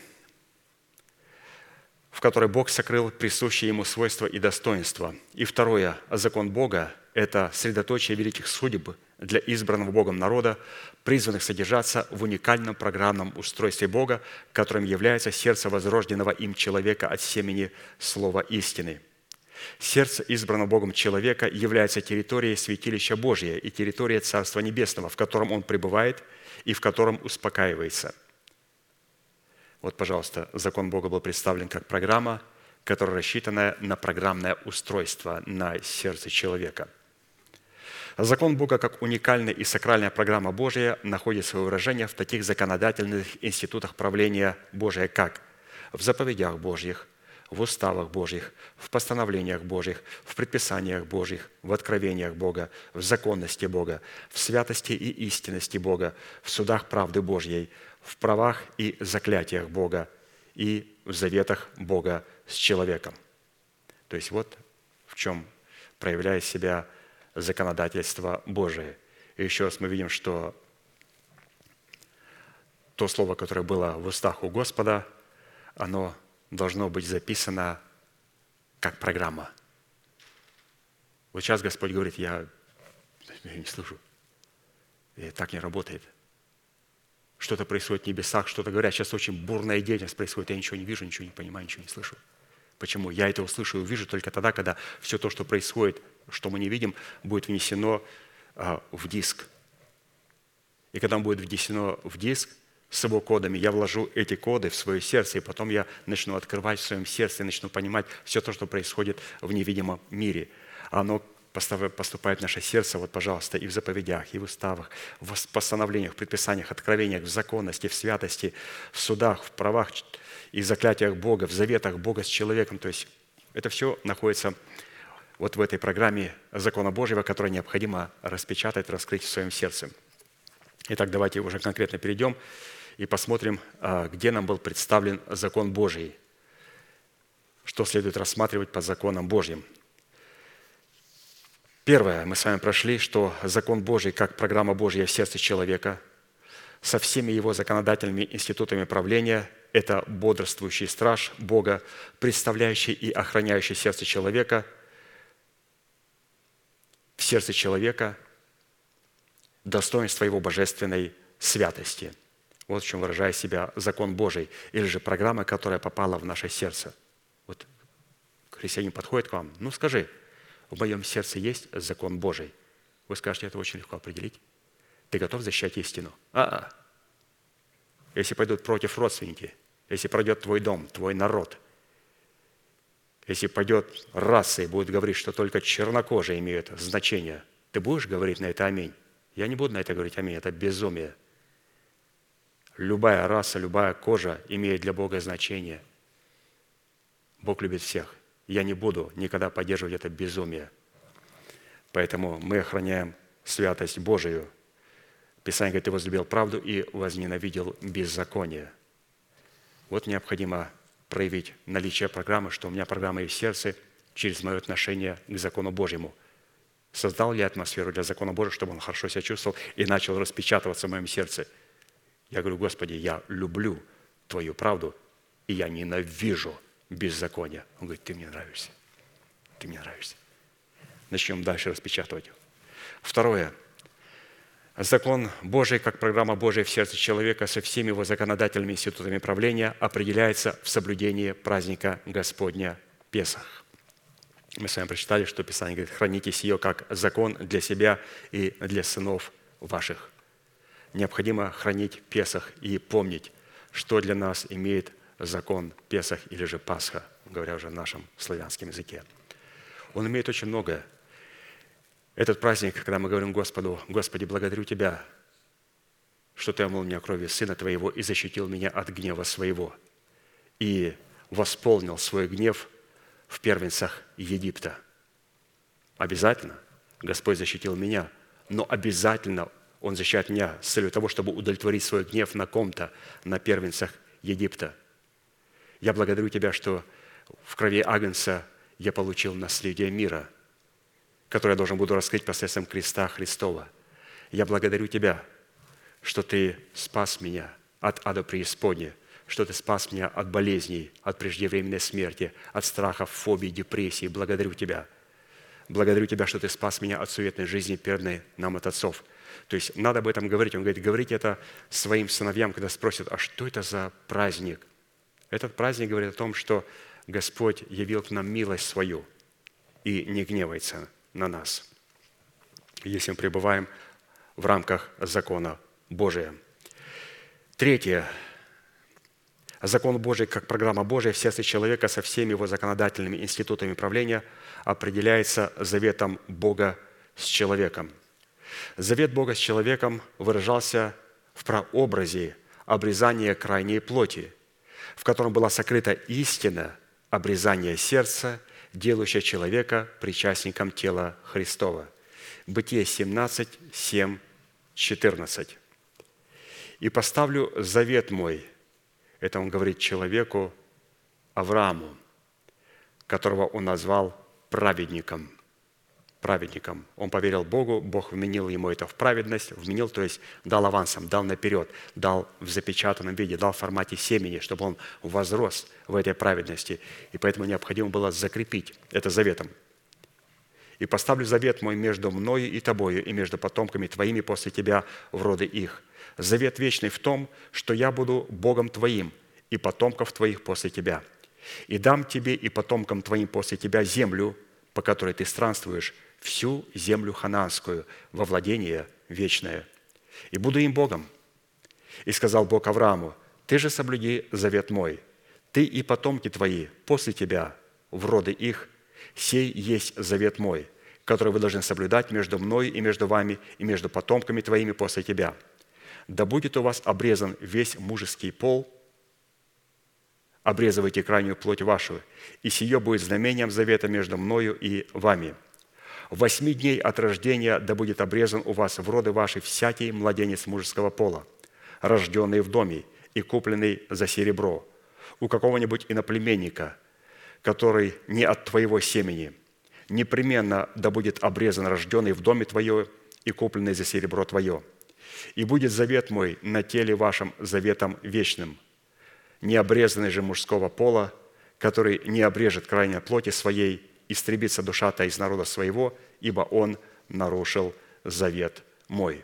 в которой Бог сокрыл присущие Ему свойства и достоинства. И второе, закон Бога – это средоточие великих судеб для избранного Богом народа, призванных содержаться в уникальном программном устройстве Бога, которым является сердце возрожденного им человека от семени слова истины. Сердце избранного Богом человека является территорией святилища Божия и территорией Царства Небесного, в котором он пребывает и в котором успокаивается. Вот, пожалуйста, закон Бога был представлен как программа, которая рассчитана на программное устройство, на сердце человека. Закон Бога, как уникальная и сакральная программа Божия, находит свое выражение в таких законодательных институтах правления Божия, как в заповедях Божьих, в уставах Божьих, в постановлениях Божьих, в предписаниях Божьих, в откровениях Бога, в законности Бога, в святости и истинности Бога, в судах правды Божьей, в правах и заклятиях Бога и в заветах Бога с человеком». То есть вот в чем проявляет себя законодательство Божие. И еще раз мы видим, что то слово, которое было в устах у Господа, оно должно быть записано как программа. Вот сейчас Господь говорит: я, я не слышу. И так не работает. Что-то происходит в небесах, что-то говорят. Сейчас очень бурная деятельность происходит. Я ничего не вижу, ничего не понимаю, ничего не слышу. Почему? Я это услышу и увижу только тогда, когда все то, что происходит, что мы не видим, будет внесено а, в диск. И когда он будет внесено в диск с его кодами, я вложу эти коды в свое сердце, и потом я начну открывать в своем сердце, и начну понимать все то, что происходит в невидимом мире. Оно поступает в наше сердце, вот, пожалуйста, и в заповедях, и в уставах, в постановлениях, в предписаниях, откровениях, в законности, в святости, в судах, в правах и заклятиях Бога, в заветах Бога с человеком. То есть это все находится вот в этой программе закона Божьего, которую необходимо распечатать, раскрыть в своем сердце. Итак, давайте уже конкретно перейдем и посмотрим, где нам был представлен закон Божий, что следует рассматривать под законом Божьим. Первое, мы с вами прошли, что закон Божий, как программа Божья в сердце человека, со всеми его законодательными институтами правления, это бодрствующий страж Бога, представляющий и охраняющий сердце человека, в сердце человека достоинство его божественной святости. Вот в чем выражает себя закон Божий, или же программа, которая попала в наше сердце. Вот христианин подходит к вам: ну скажи, в моем сердце есть закон Божий. Вы скажете, это очень легко определить. Ты готов защищать истину? А-а. Если пойдут против родственники, если пройдет твой дом, твой народ, если пойдет раса и будет говорить, что только чернокожие имеют значение, ты будешь говорить на это аминь? Я не буду на это говорить аминь, это безумие. Любая раса, любая кожа имеет для Бога значение. Бог любит всех. Я не буду никогда поддерживать это безумие. Поэтому мы охраняем святость Божию. Писание говорит: ты возлюбил правду и возненавидел беззаконие. Вот необходимо проявить наличие программы, что у меня программа есть в сердце через мое отношение к закону Божьему. Создал ли я атмосферу для закона Божьего, чтобы он хорошо себя чувствовал и начал распечатываться в моем сердце? Я говорю: Господи, я люблю Твою правду, и я ненавижу беззаконие. Он говорит: ты мне нравишься, ты мне нравишься. Начнем дальше распечатывать. Второе. Закон Божий, как программа Божия в сердце человека со всеми его законодательными институтами правления, определяется в соблюдении праздника Господня Песах. Мы с вами прочитали, что Писание говорит: храните сие как закон для себя и для сынов ваших. Необходимо хранить Песах и помнить, что для нас имеет закон Песах или же Пасха, говоря уже в нашем славянском языке. Он имеет очень многое. Этот праздник, когда мы говорим Господу: Господи, благодарю Тебя, что Ты омыл меня кровью Сына Твоего и защитил меня от гнева Своего, и восполнил свой гнев в первенцах Египта. Обязательно Господь защитил меня, но обязательно Он защищает меня с целью того, чтобы удовлетворить свой гнев на ком-то, на первенцах Египта. Я благодарю Тебя, что в крови Агнца я получил наследие мира, которое я должен буду раскрыть посредством креста Христова. Я благодарю Тебя, что Ты спас меня от ада преисподня, что Ты спас меня от болезней, от преждевременной смерти, от страхов, фобий, депрессий. Благодарю Тебя. Благодарю Тебя, что Ты спас меня от суетной жизни, перданной нам от отцов. То есть надо об этом говорить. Он говорит: говорите это своим сыновьям, когда спросят: а что это за праздник? Этот праздник говорит о том, что Господь явил к нам милость свою и не гневается на нас, если мы пребываем в рамках закона Божия. Третье. Закон Божий, как программа Божия в сердце человека со всеми его законодательными институтами правления, определяется заветом Бога с человеком. Завет Бога с человеком выражался в прообразе обрезания крайней плоти, в котором была сокрыта истина обрезание сердца, делающее человека причастником тела Христова». Бытие семнадцать, семь, четырнадцать. «И поставлю завет мой», это он говорит человеку Аврааму, которого он назвал праведником. Праведником. Он поверил Богу, Бог вменил ему это в праведность, вменил, то есть дал авансом, дал наперед, дал в запечатанном виде, дал в формате семени, чтобы он возрос в этой праведности. И поэтому необходимо было закрепить это заветом. «И поставлю завет мой между мною и тобою, и между потомками твоими после тебя в роды их. Завет вечный в том, что я буду Богом твоим, и потомков твоих после тебя. И дам тебе и потомкам твоим после тебя землю, по которой ты странствуешь, всю землю ханаанскую, во владение вечное. И буду им Богом. И сказал Бог Аврааму: ты же соблюди завет мой, ты и потомки твои после тебя, в роды их, сей есть завет мой, который вы должны соблюдать между мной и между вами, и между потомками твоими после тебя. Да будет у вас обрезан весь мужеский пол, обрезывайте крайнюю плоть вашу, и сие будет знамением завета между мною и вами. Восьми дней от рождения да будет обрезан у вас в роды ваши всякий младенец мужеского пола, рожденный в доме и купленный за серебро, у какого-нибудь иноплеменника, который не от твоего семени. Непременно да будет обрезан рожденный в доме твое и купленный за серебро твое. И будет завет мой на теле вашем заветом вечным. Необрезанный же мужского пола, который не обрежет крайней плоти своей, истребится душа-то из народа своего, ибо он нарушил завет мой».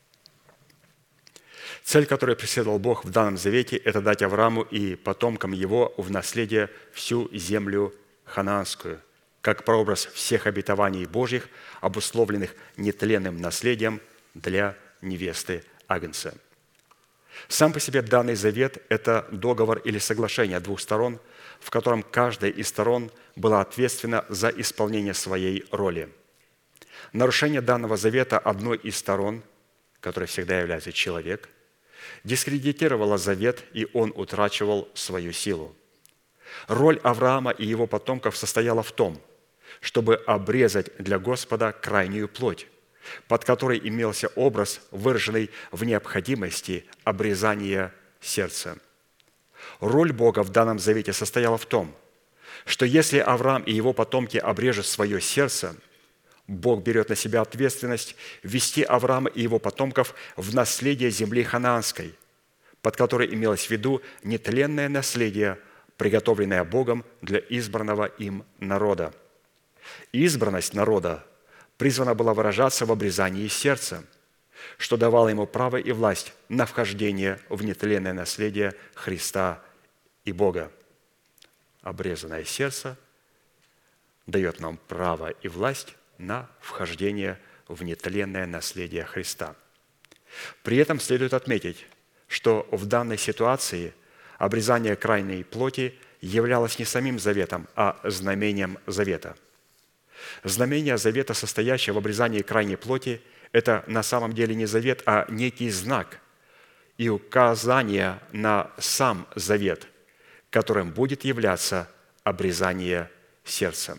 Цель, которую преследовал Бог в данном завете, это дать Аврааму и потомкам его в наследие всю землю ханаанскую, как прообраз всех обетований Божьих, обусловленных нетленным наследием для невесты Агнца. Сам по себе данный завет – это договор или соглашение двух сторон, в котором каждая из сторон была ответственна за исполнение своей роли. Нарушение данного завета одной из сторон, которой всегда является человек, дискредитировало завет, и он утрачивал свою силу. Роль Авраама и его потомков состояла в том, чтобы обрезать для Господа крайнюю плоть, под которой имелся образ, выраженный в необходимости обрезания сердца. Роль Бога в данном завете состояла в том, что если Авраам и его потомки обрежут свое сердце, Бог берет на себя ответственность ввести Авраама и его потомков в наследие земли ханаанской, под которой имелось в виду нетленное наследие, приготовленное Богом для избранного им народа. Избранность народа призвана была выражаться в обрезании сердца, что давало ему право и власть на вхождение в нетленное наследие Христа и Бога. Обрезанное сердце дает нам право и власть на вхождение в нетленное наследие Христа. При этом следует отметить, что в данной ситуации обрезание крайней плоти являлось не самим заветом, а знамением завета. Знамение завета, состоящее в обрезании крайней плоти, это на самом деле не завет, а некий знак и указание на сам завет, которым будет являться обрезание сердца.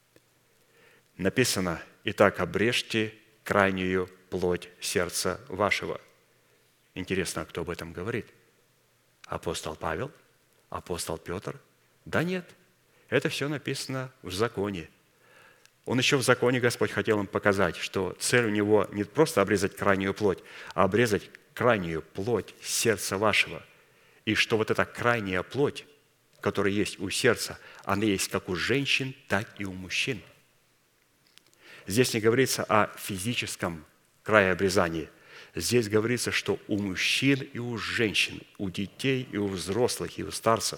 Написано: «Итак, обрежьте крайнюю плоть сердца вашего». Интересно, кто об этом говорит? Апостол Павел? Апостол Петр? Да нет, это все написано в законе. Он еще в законе, Господь хотел им показать, что цель у него не просто обрезать крайнюю плоть, а обрезать крайнюю плоть сердца вашего. И что вот эта крайняя плоть, которая есть у сердца, она есть как у женщин, так и у мужчин. Здесь не говорится о физическом крае обрезания. Здесь говорится, что у мужчин и у женщин, у детей и у взрослых, и у старцев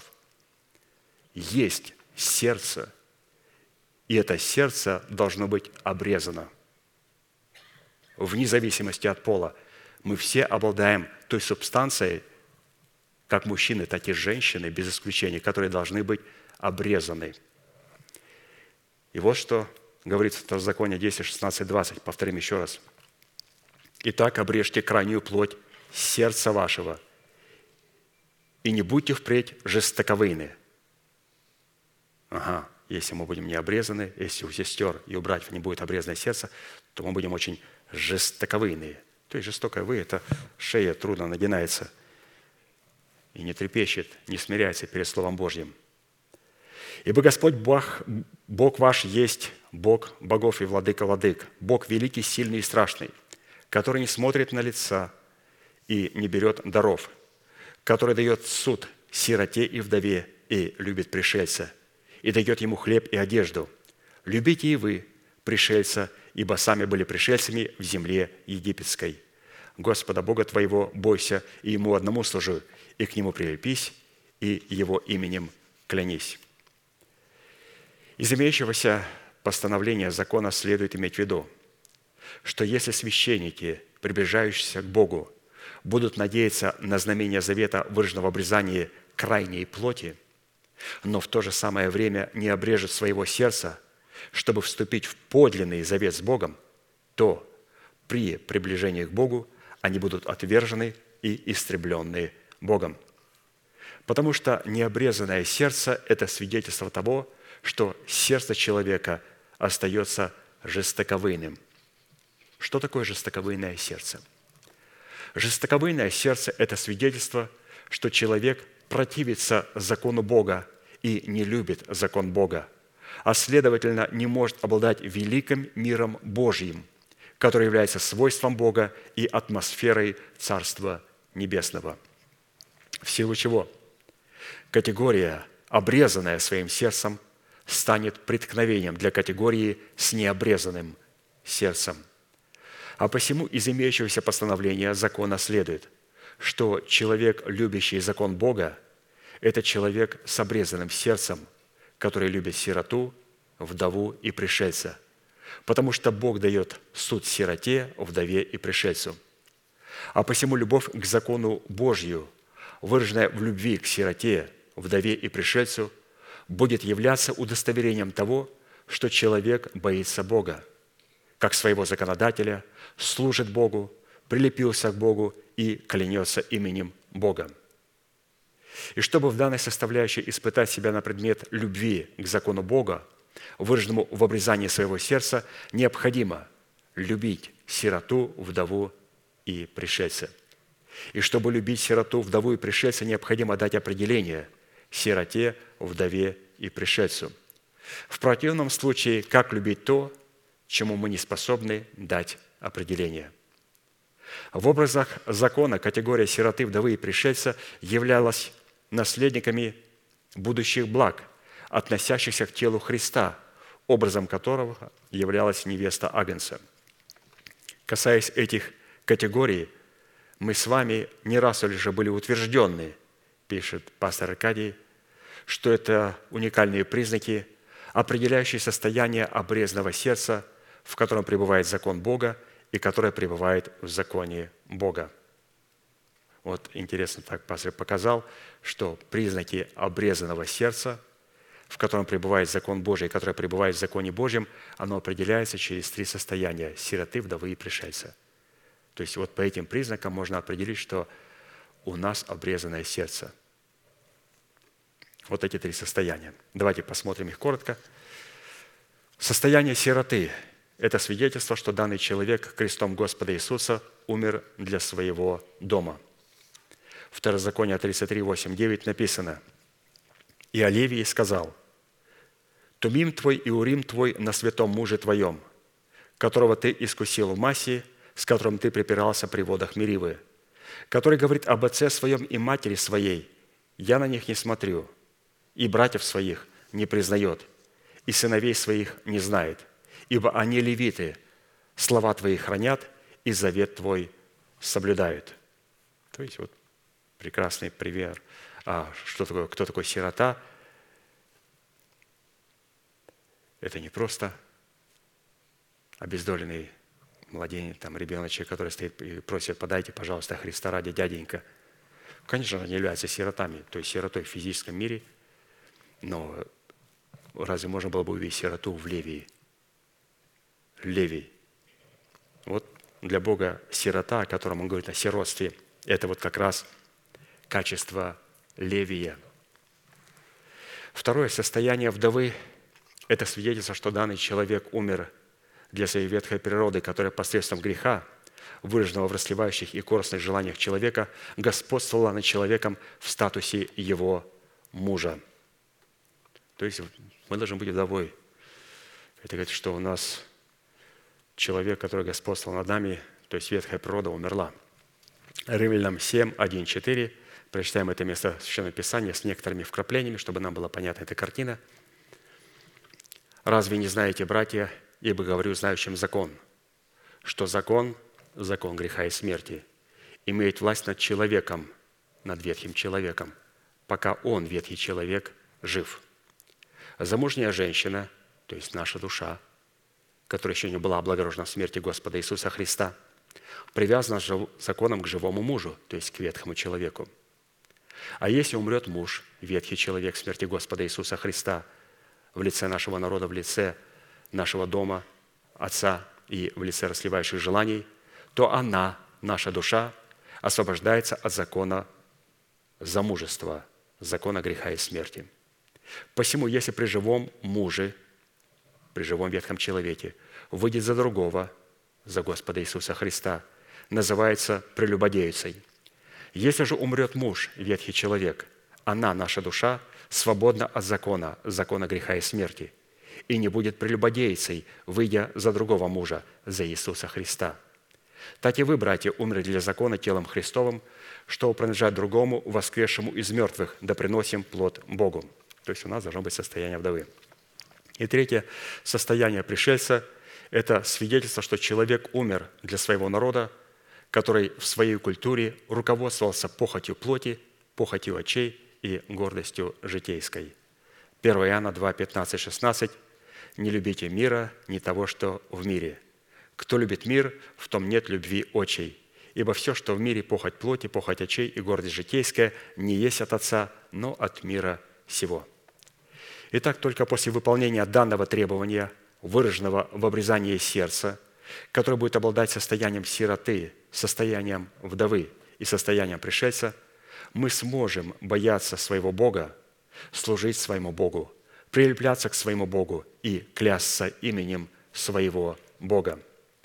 есть сердце, и это сердце должно быть обрезано. Вне зависимости от пола мы все обладаем той субстанцией, как мужчины, так и женщины, без исключения, которые должны быть обрезаны. И вот что говорится в Второзаконие десять, шестнадцать, двадцать. Повторим еще раз. «Итак, обрежьте крайнюю плоть сердца вашего, и не будьте впредь жестоковыйны». Ага, если мы будем не обрезаны, если у сестер и у братьев не будет обрезанное сердце, то мы будем очень жестоковыйные. То есть жестокое «вы» – это шея трудно надинается и не трепещет, не смиряется перед Словом Божьим. «Ибо Господь Бог, Бог ваш есть Бог богов и владыка владык, Бог великий, сильный и страшный, который не смотрит на лица и не берет даров, который дает суд сироте и вдове и любит пришельца, и дает ему хлеб и одежду. Любите и вы пришельца, ибо сами были пришельцами в земле египетской. Господа Бога твоего бойся, и Ему одному служи, и к Нему прилепись, и Его именем клянись». Из имеющегося постановления закона следует иметь в виду, что если священники, приближающиеся к Богу, будут надеяться на знамение завета, выраженного в обрезании крайней плоти, но в то же самое время не обрежут своего сердца, чтобы вступить в подлинный завет с Богом, то при приближении к Богу они будут отвержены и истреблены Богом. Потому что необрезанное сердце – это свидетельство того, что сердце человека остается жестоковыйным. Что такое жестоковыйное сердце? Жестоковыйное сердце – это свидетельство, что человек противится закону Бога и не любит закон Бога, а следовательно не может обладать великим миром Божьим, который является свойством Бога и атмосферой Царства Небесного. В силу чего категория, обрезанная своим сердцем, станет преткновением для категории с необрезанным сердцем. А посему из имеющегося постановления закона следует, что человек, любящий закон Бога, это человек с обрезанным сердцем, который любит сироту, вдову и пришельца, потому что Бог дает суд сироте, вдове и пришельцу. А посему любовь к закону Божью, выраженная в любви к сироте, вдове и пришельцу, будет являться удостоверением того, что человек боится Бога, как своего законодателя, служит Богу, прилепился к Богу и клянется именем Бога. И чтобы в данной составляющей испытать себя на предмет любви к закону Бога, выраженному в обрезании своего сердца, необходимо любить сироту, вдову и пришельца. И чтобы любить сироту, вдову и пришельца, необходимо дать определение сироте, вдове и пришельцу. В противном случае, как любить то, чему мы не способны дать определение? В образах закона категория сироты, вдовы и пришельца являлась наследниками будущих благ, относящихся к телу Христа, образом которого являлась невеста Агнца. Касаясь этих категорий, мы с вами не раз уже были утверждены, пишет пастор Аркадий, что это уникальные признаки, определяющие состояние обрезанного сердца, в котором пребывает закон Бога и которое пребывает в законе Бога. Вот интересно так пастор показал, что признаки обрезанного сердца, в котором пребывает закон Божий и которое пребывает в законе Божьем, оно определяется через три состояния – сироты, вдовы и пришельца. То есть вот по этим признакам можно определить, что у нас обрезанное сердце. Вот эти три состояния. Давайте посмотрим их коротко. Состояние сироты – это свидетельство, что данный человек крестом Господа Иисуса умер для своего дома. Второзаконие тридцать три, восемь, девять написано: «И о Левии сказал: Тумим твой и Урим твой на святом муже твоем, которого ты искусил в массе, с которым ты припирался при водах Меривы, который говорит об отце своем и матери своей: я на них не смотрю, и братьев своих не признает, и сыновей своих не знает, ибо они левиты, слова твои хранят, и завет твой соблюдают». То есть вот прекрасный пример, а, что такое, кто такой сирота. Это не просто обездоленный младенец, там, ребеночек, который стоит и просит: подайте, пожалуйста, Христа ради, дяденька. Конечно, они являются сиротами, то есть сиротой в физическом мире, но разве можно было бы увидеть сироту в Левии? Левий. Вот для Бога сирота, о котором он говорит о сиротстве, это вот как раз качество Левия. Второе, состояние вдовы – это свидетельство, что данный человек умер для своей ветхой природы, которая посредством греха, выраженного в расслевающих и корыстных желаниях человека, господствовала над человеком в статусе его мужа. То есть мы должны быть вдовой. Это говорит, что у нас человек, который господствовал над нами, то есть ветхая природа, умерла. Римлянам семь, один, четыре. Прочитаем это место Священного Писания с некоторыми вкраплениями, чтобы нам была понятна эта картина. «Разве не знаете, братья, ибо говорю знающим закон, что закон, закон греха и смерти, имеет власть над человеком, над ветхим человеком, пока он, ветхий человек, жив. Замужняя женщина, то есть наша душа, которая еще не была облагорожена в смерти Господа Иисуса Христа, привязана законом к живому мужу, то есть к ветхому человеку. А если умрет муж, ветхий человек в смерти Господа Иисуса Христа, в лице нашего народа, в лице нашего дома, отца и в лице расливающих желаний, то она, наша душа, освобождается от закона замужества, закона греха и смерти. Посему, если при живом муже, при живом ветхом человеке, выйдет за другого, за Господа Иисуса Христа, называется прелюбодейцей. Если же умрет муж, ветхий человек, она, наша душа, свободна от закона, закона греха и смерти, и не будет прелюбодейцей, выйдя за другого мужа, за Иисуса Христа. Так и вы, братья, умерли для закона телом Христовым, чтобы принадлежать другому, воскресшему из мертвых, да приносим плод Богу». То есть у нас должно быть состояние вдовы. И третье, состояние пришельца – это свидетельство, что человек умер для своего народа, который в своей культуре руководствовался похотью плоти, похотью очей и гордостью житейской. первое Иоанна два, пятнадцать, шестнадцать. «Не любите мира, ни того, что в мире. Кто любит мир, в том нет любви очей. Ибо все, что в мире, похоть плоти, похоть очей и гордость житейская, не есть от Отца, но от мира сего». Итак, только после выполнения данного требования, выраженного в обрезании сердца, которое будет обладать состоянием сироты, состоянием вдовы и состоянием пришельца, мы сможем бояться своего Бога, служить своему Богу, прилепляться к своему Богу и клясться именем своего Бога.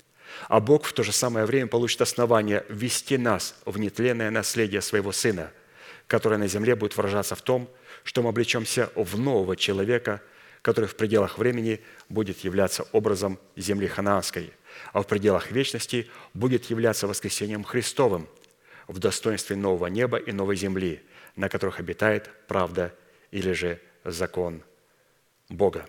А Бог в то же самое время получит основание ввести нас в нетленное наследие своего Сына, которое на земле будет выражаться в том, что мы облечемся в нового человека, который в пределах времени будет являться образом земли ханаанской, а в пределах вечности будет являться воскресением Христовым в достоинстве нового неба и новой земли, на которых обитает правда или же закон Бога.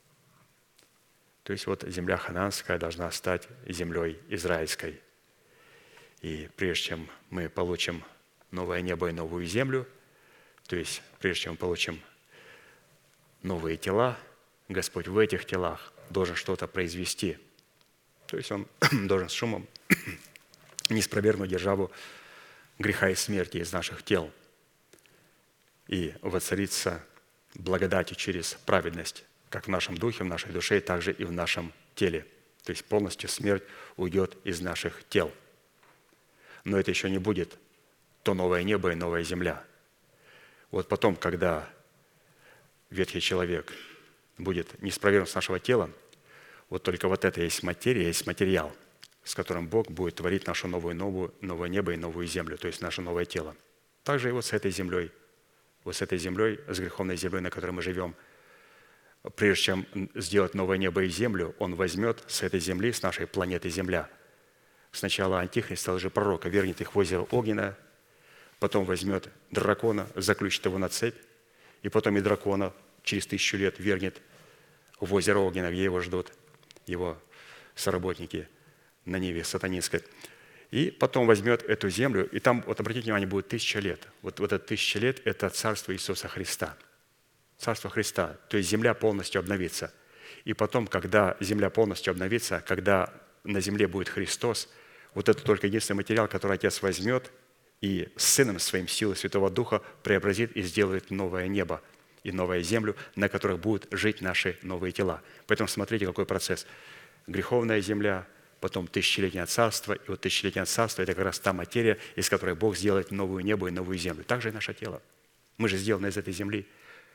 То есть вот земля ханаанская должна стать землей израильской. И прежде чем мы получим новое небо и новую землю, то есть прежде чем мы получим новые тела, Господь в этих телах должен что-то произвести. То есть Он должен с шумом не спровергнуть державу греха и смерти из наших тел и воцариться благодатью через праведность, как в нашем духе, в нашей душе, так же и в нашем теле. То есть полностью смерть уйдет из наших тел. Но это еще не будет то новое небо и новая земля. Вот потом, когда ветхий человек будет не спровергнут с нашего тела, вот только вот это есть материя, есть материал, с которым Бог будет творить нашу новую, новую, новое небо и новую землю, то есть наше новое тело. Также и вот с этой землей, вот с этой землей, с греховной землей, на которой мы живем, прежде чем сделать новое небо и землю, Он возьмет с этой земли, с нашей планеты Земля, сначала Антихриста, лжепророка, вернет их в озеро огненное, потом возьмет дракона, заключит его на цепь, и потом и дракона через тысячу лет вернет в озеро огненное, где его ждут его соработники на ниве сатанинской. И потом возьмет эту землю, и там, вот обратите внимание, будет тысяча лет. Вот, вот это тысяча лет – это царство Иисуса Христа. Царство Христа, то есть земля полностью обновится. И потом, когда земля полностью обновится, когда на земле будет Христос, вот это только единственный материал, который Отец возьмет и с Сыном Своим силой Святого Духа преобразит и сделает новое небо и новую землю, на которых будут жить наши новые тела. Поэтому смотрите, какой процесс. Греховная земля, потом тысячелетнее царство, и вот тысячелетнее царство – это как раз та материя, из которой Бог сделает новую небо и новую землю. Так же и наше тело. Мы же сделаны из этой земли.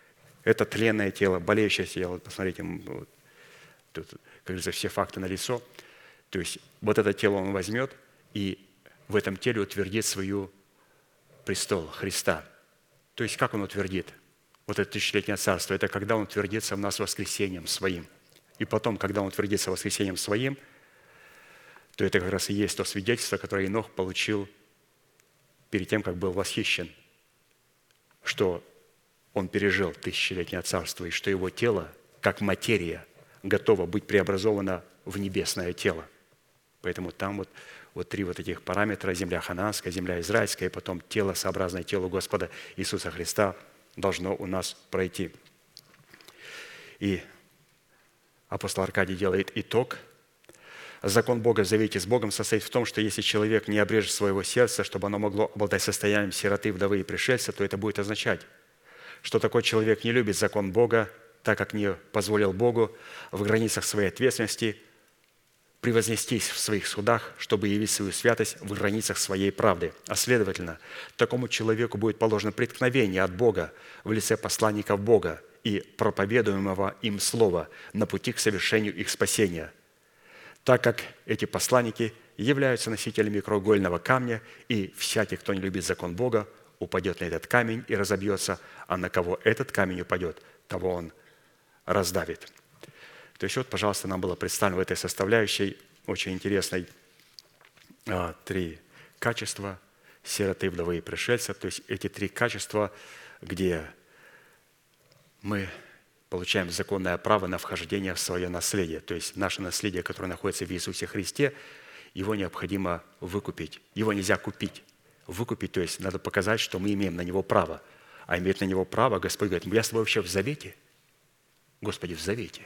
это тленное тело, болеющее тело. Посмотрите, вот, тут, как говорится, все факты налицо. То есть вот это тело он возьмет и в этом теле утвердит свою престол Христа. То есть как он утвердит? Вот это тысячелетнее царство, это когда он утвердится в нас воскресением своим. И потом, когда он утвердится воскресением своим, то это как раз и есть то свидетельство, которое Енох получил перед тем, как был восхищен, что он пережил тысячелетнее царство, и что его тело, как материя, готово быть преобразовано в небесное тело. Поэтому там вот, вот три вот этих параметра: земля хананская, земля израильская, и потом тело, сообразное телу Господа Иисуса Христа, должно у нас пройти. И апостол Аркадий делает итог. Закон Бога в завете с Богом состоит в том, что если человек не обрежет своего сердца, чтобы оно могло обладать состоянием сироты, вдовы и пришельца, то это будет означать, что такой человек не любит закон Бога, так как не позволил Богу в границах своей ответственности превознестись в своих судах, чтобы явить свою святость в границах своей правды. А следовательно, такому человеку будет положено преткновение от Бога в лице посланников Бога и проповедуемого им слова на пути к совершению их спасения, так как эти посланники являются носителями краеугольного камня, и всякий, кто не любит закон Бога, упадет на этот камень и разобьется, а на кого этот камень упадет, того он раздавит. То есть вот, пожалуйста, нам было представлено в этой составляющей очень интересной а, три качества сироты, вдовы и пришельца. То есть эти три качества, где мы получаем законное право на вхождение в свое наследие. То есть наше наследие, которое находится в Иисусе Христе, его необходимо выкупить. Его нельзя купить. Выкупить, то есть надо показать, что мы имеем на него право. А иметь на него право, Господь говорит: я с тобой вообще в завете. Господи, в завете.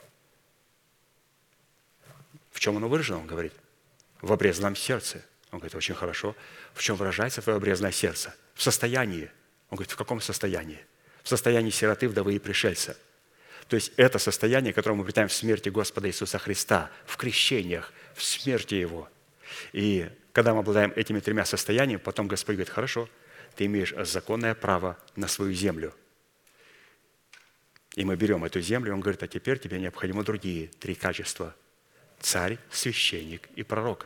В чем оно выражено? Он говорит: в обрезанном сердце. Он говорит: очень хорошо. В чем выражается твое обрезанное сердце? В состоянии. Он говорит: в каком состоянии? В состоянии сироты, вдовы и пришельца. То есть это состояние, которое мы обретаем в смерти Господа Иисуса Христа, в крещениях, в смерти Его. И когда мы обладаем этими тремя состояниями, потом Господь говорит: хорошо, ты имеешь законное право на свою землю. И мы берем эту землю, Он говорит: а теперь тебе необходимо другие три качества: царь, священник и пророк.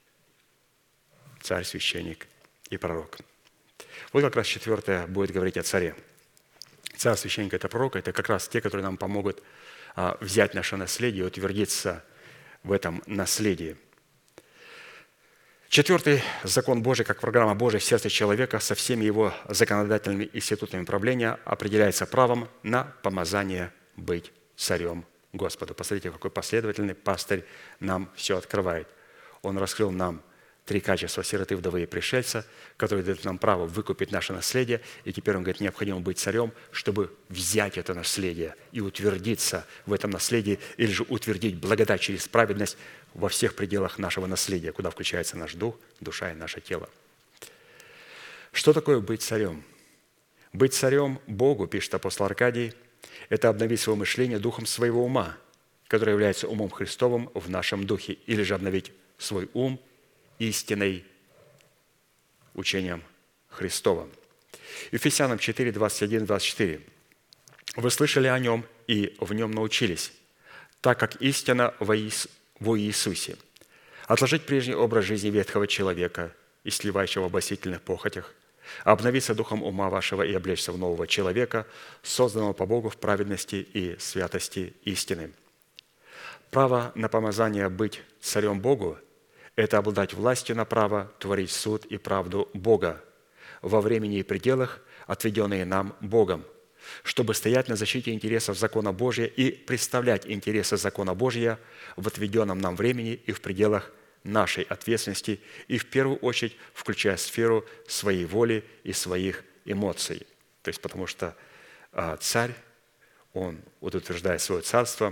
Царь, священник и пророк. Вот как раз четвертое будет говорить о царе. Царь, священник, это пророк, это как раз те, которые нам помогут а, взять наше наследие и утвердиться в этом наследии. Четвертый закон Божий, как программа Божия в сердце человека со всеми его законодательными институтами правления, определяется правом на помазание быть царем Господу. Посмотрите, какой последовательный пастырь нам все открывает. Он раскрыл нам три качества сироты, вдовы и пришельца, которые дают нам право выкупить наше наследие. И теперь он говорит: необходимо быть царем, чтобы взять это наследие и утвердиться в этом наследии, или же утвердить благодать через праведность во всех пределах нашего наследия, куда включается наш дух, душа и наше тело. Что такое быть царем? Быть царем Богу, пишет апостол Аркадий, это обновить свое мышление духом своего ума, который является умом Христовым в нашем духе, или же обновить свой ум истиной учением Христовым. Ефесянам четыре, двадцать один, двадцать четыре. «Вы слышали о Нем и в Нем научились, так как истина во Иисусе. Отложить прежний образ жизни ветхого человека и сливающего в обольстительных похотях, обновиться духом ума вашего и облечься в нового человека, созданного по Богу в праведности и святости истины». Право на помазание быть царем Богу – это обладать властью на право творить суд и правду Бога во времени и пределах, отведенные нам Богом, чтобы стоять на защите интересов закона Божия и представлять интересы закона Божия в отведенном нам времени и в пределах нашей ответственности, и в первую очередь включая сферу своей воли и своих эмоций. То есть потому что а, царь, он вот утверждает свое царство,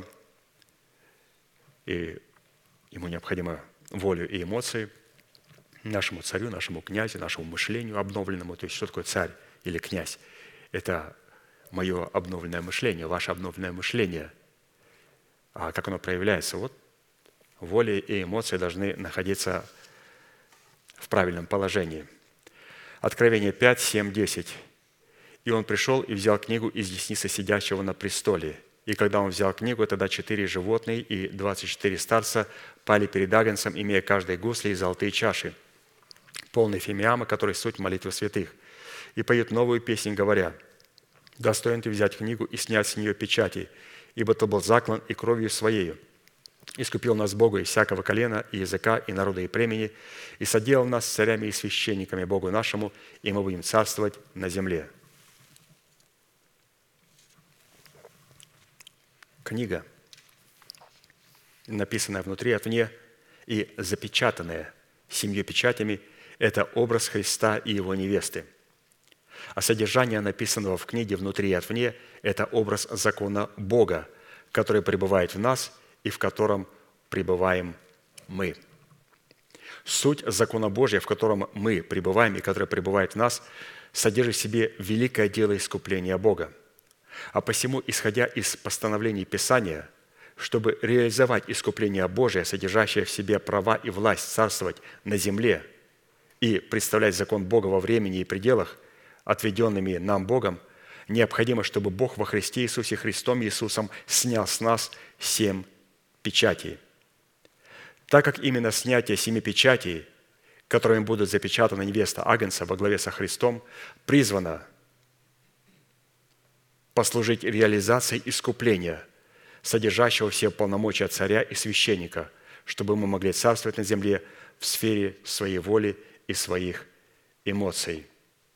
и ему необходимо волю и эмоции нашему царю, нашему князю, нашему мышлению обновленному. То есть что такое царь или князь? Это мое обновленное мышление, ваше обновленное мышление. А как оно проявляется? Вот воля и эмоции должны находиться в правильном положении. Откровение пять, семь, десять. И он пришел и взял книгу из десницы сидящего на престоле. И когда он взял книгу, тогда четыре животные и двадцать четыре старца пали перед Агнцем, имея каждой гусли и золотые чаши, полные фимиама, которые суть молитвы святых. И поют новую песнь, говоря: «Достоин ты взять книгу и снять с нее печати, ибо ты был заклан и кровью своею. Искупил нас Богу из всякого колена, и языка, и народа, и племени, и соделал нас царями и священниками Богу нашему, и мы будем царствовать на земле». Книга, написанная внутри, отвне и запечатанная семью печатями, это образ Христа и Его невесты. А содержание написанного в книге внутри и отвне – это образ закона Бога, который пребывает в нас и в котором пребываем мы. Суть закона Божия, в котором мы пребываем и который пребывает в нас, содержит в себе великое дело искупления Бога. А посему, исходя из постановлений Писания, чтобы реализовать искупление Божие, содержащее в себе права и власть царствовать на земле и представлять закон Бога во времени и пределах, отведенными нам Богом, необходимо, чтобы Бог во Христе Иисусе Христом Иисусом снял с нас семь печатей. Так как именно снятие семи печатей, которыми будут запечатана невеста Агнца во главе со Христом, призвано послужить реализацией искупления, содержащего все полномочия царя и священника, чтобы мы могли царствовать на земле в сфере своей воли и своих эмоций.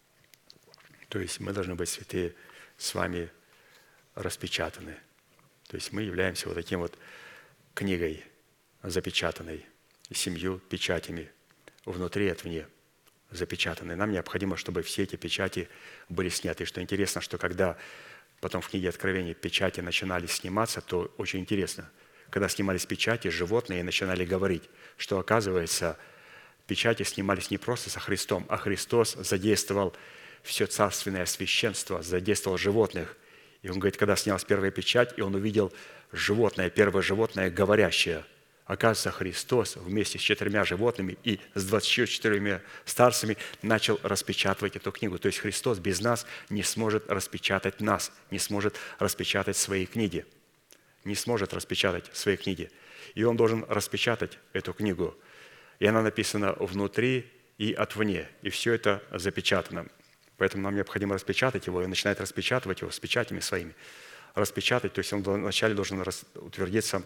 То есть мы должны быть, святые, с вами распечатаны. То есть мы являемся вот таким вот книгой, запечатанной, семью печатями, внутри и отвне запечатанной. Нам необходимо, чтобы все эти печати были сняты. И что интересно, что когда потом в книге Откровения печати начинали сниматься, то очень интересно, когда снимались печати, животные начинали говорить, что, оказывается, печати снимались не просто со Христом, а Христос задействовал все царственное священство, задействовал животных. И он говорит, когда снялась первая печать, и он увидел животное, первое животное, говорящее. Оказывается, Христос вместе с четырьмя животными и с двадцатью четырьмя старцами начал распечатывать эту книгу. То есть Христос без нас не сможет распечатать нас, не сможет распечатать свои книги. Не сможет распечатать свои книги. И Он должен распечатать эту книгу. И она написана внутри и отвне. И все это запечатано. Поэтому нам необходимо распечатать его, и он начинает распечатывать его с печатями своими. Распечатать, то есть он вначале должен утвердиться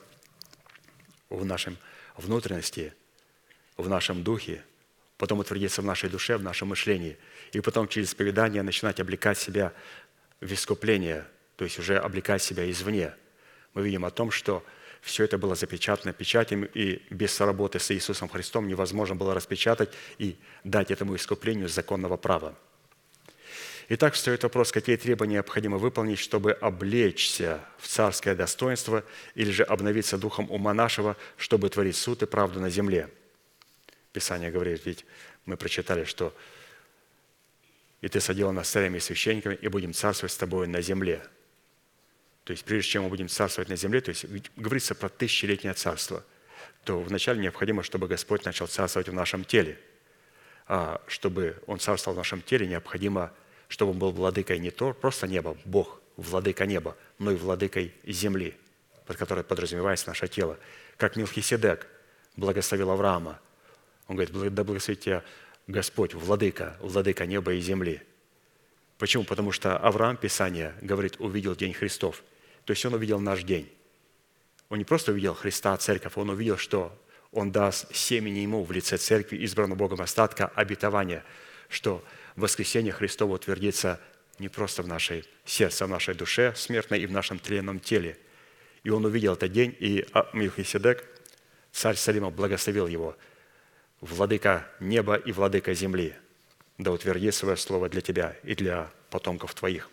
в нашем внутренности, в нашем духе, потом утвердиться в нашей душе, в нашем мышлении, и потом через исповедание начинать облекать себя в искупление, то есть уже облекать себя извне. Мы видим о том, что все это было запечатано печатями, и без работы с Иисусом Христом невозможно было распечатать и дать этому искуплению законного права. Итак, встает вопрос, какие требования необходимо выполнить, чтобы облечься в царское достоинство или же обновиться духом ума нашего, чтобы творить суд и правду на земле. Писание говорит, ведь мы прочитали, что «И ты соделал нас царями и священниками, и будем царствовать с тобой на земле». То есть прежде чем мы будем царствовать на земле, то есть говорится про тысячелетнее царство, то вначале необходимо, чтобы Господь начал царствовать в нашем теле. А чтобы Он царствовал в нашем теле, необходимо чтобы он был владыкой не то просто неба, Бог, владыка неба, но и владыкой земли, под которой подразумевается наше тело. Как Мелхиседек благословил Авраама. Он говорит, да благословит тебя Господь, владыка, владыка неба и земли. Почему? Потому что Авраам, Писание говорит, увидел день Христов. То есть он увидел наш день. Он не просто увидел Христа, церковь, он увидел, что он даст семени ему в лице церкви, избранного Богом остатка, обетования, что воскресение Христово утвердится не просто в нашей сердце, а в нашей душе смертной и в нашем тленном теле. И он увидел этот день, и Мелхиседек, царь Салима, благословил его. Владыка неба и владыка земли, да утверди свое слово для тебя и для потомков твоих.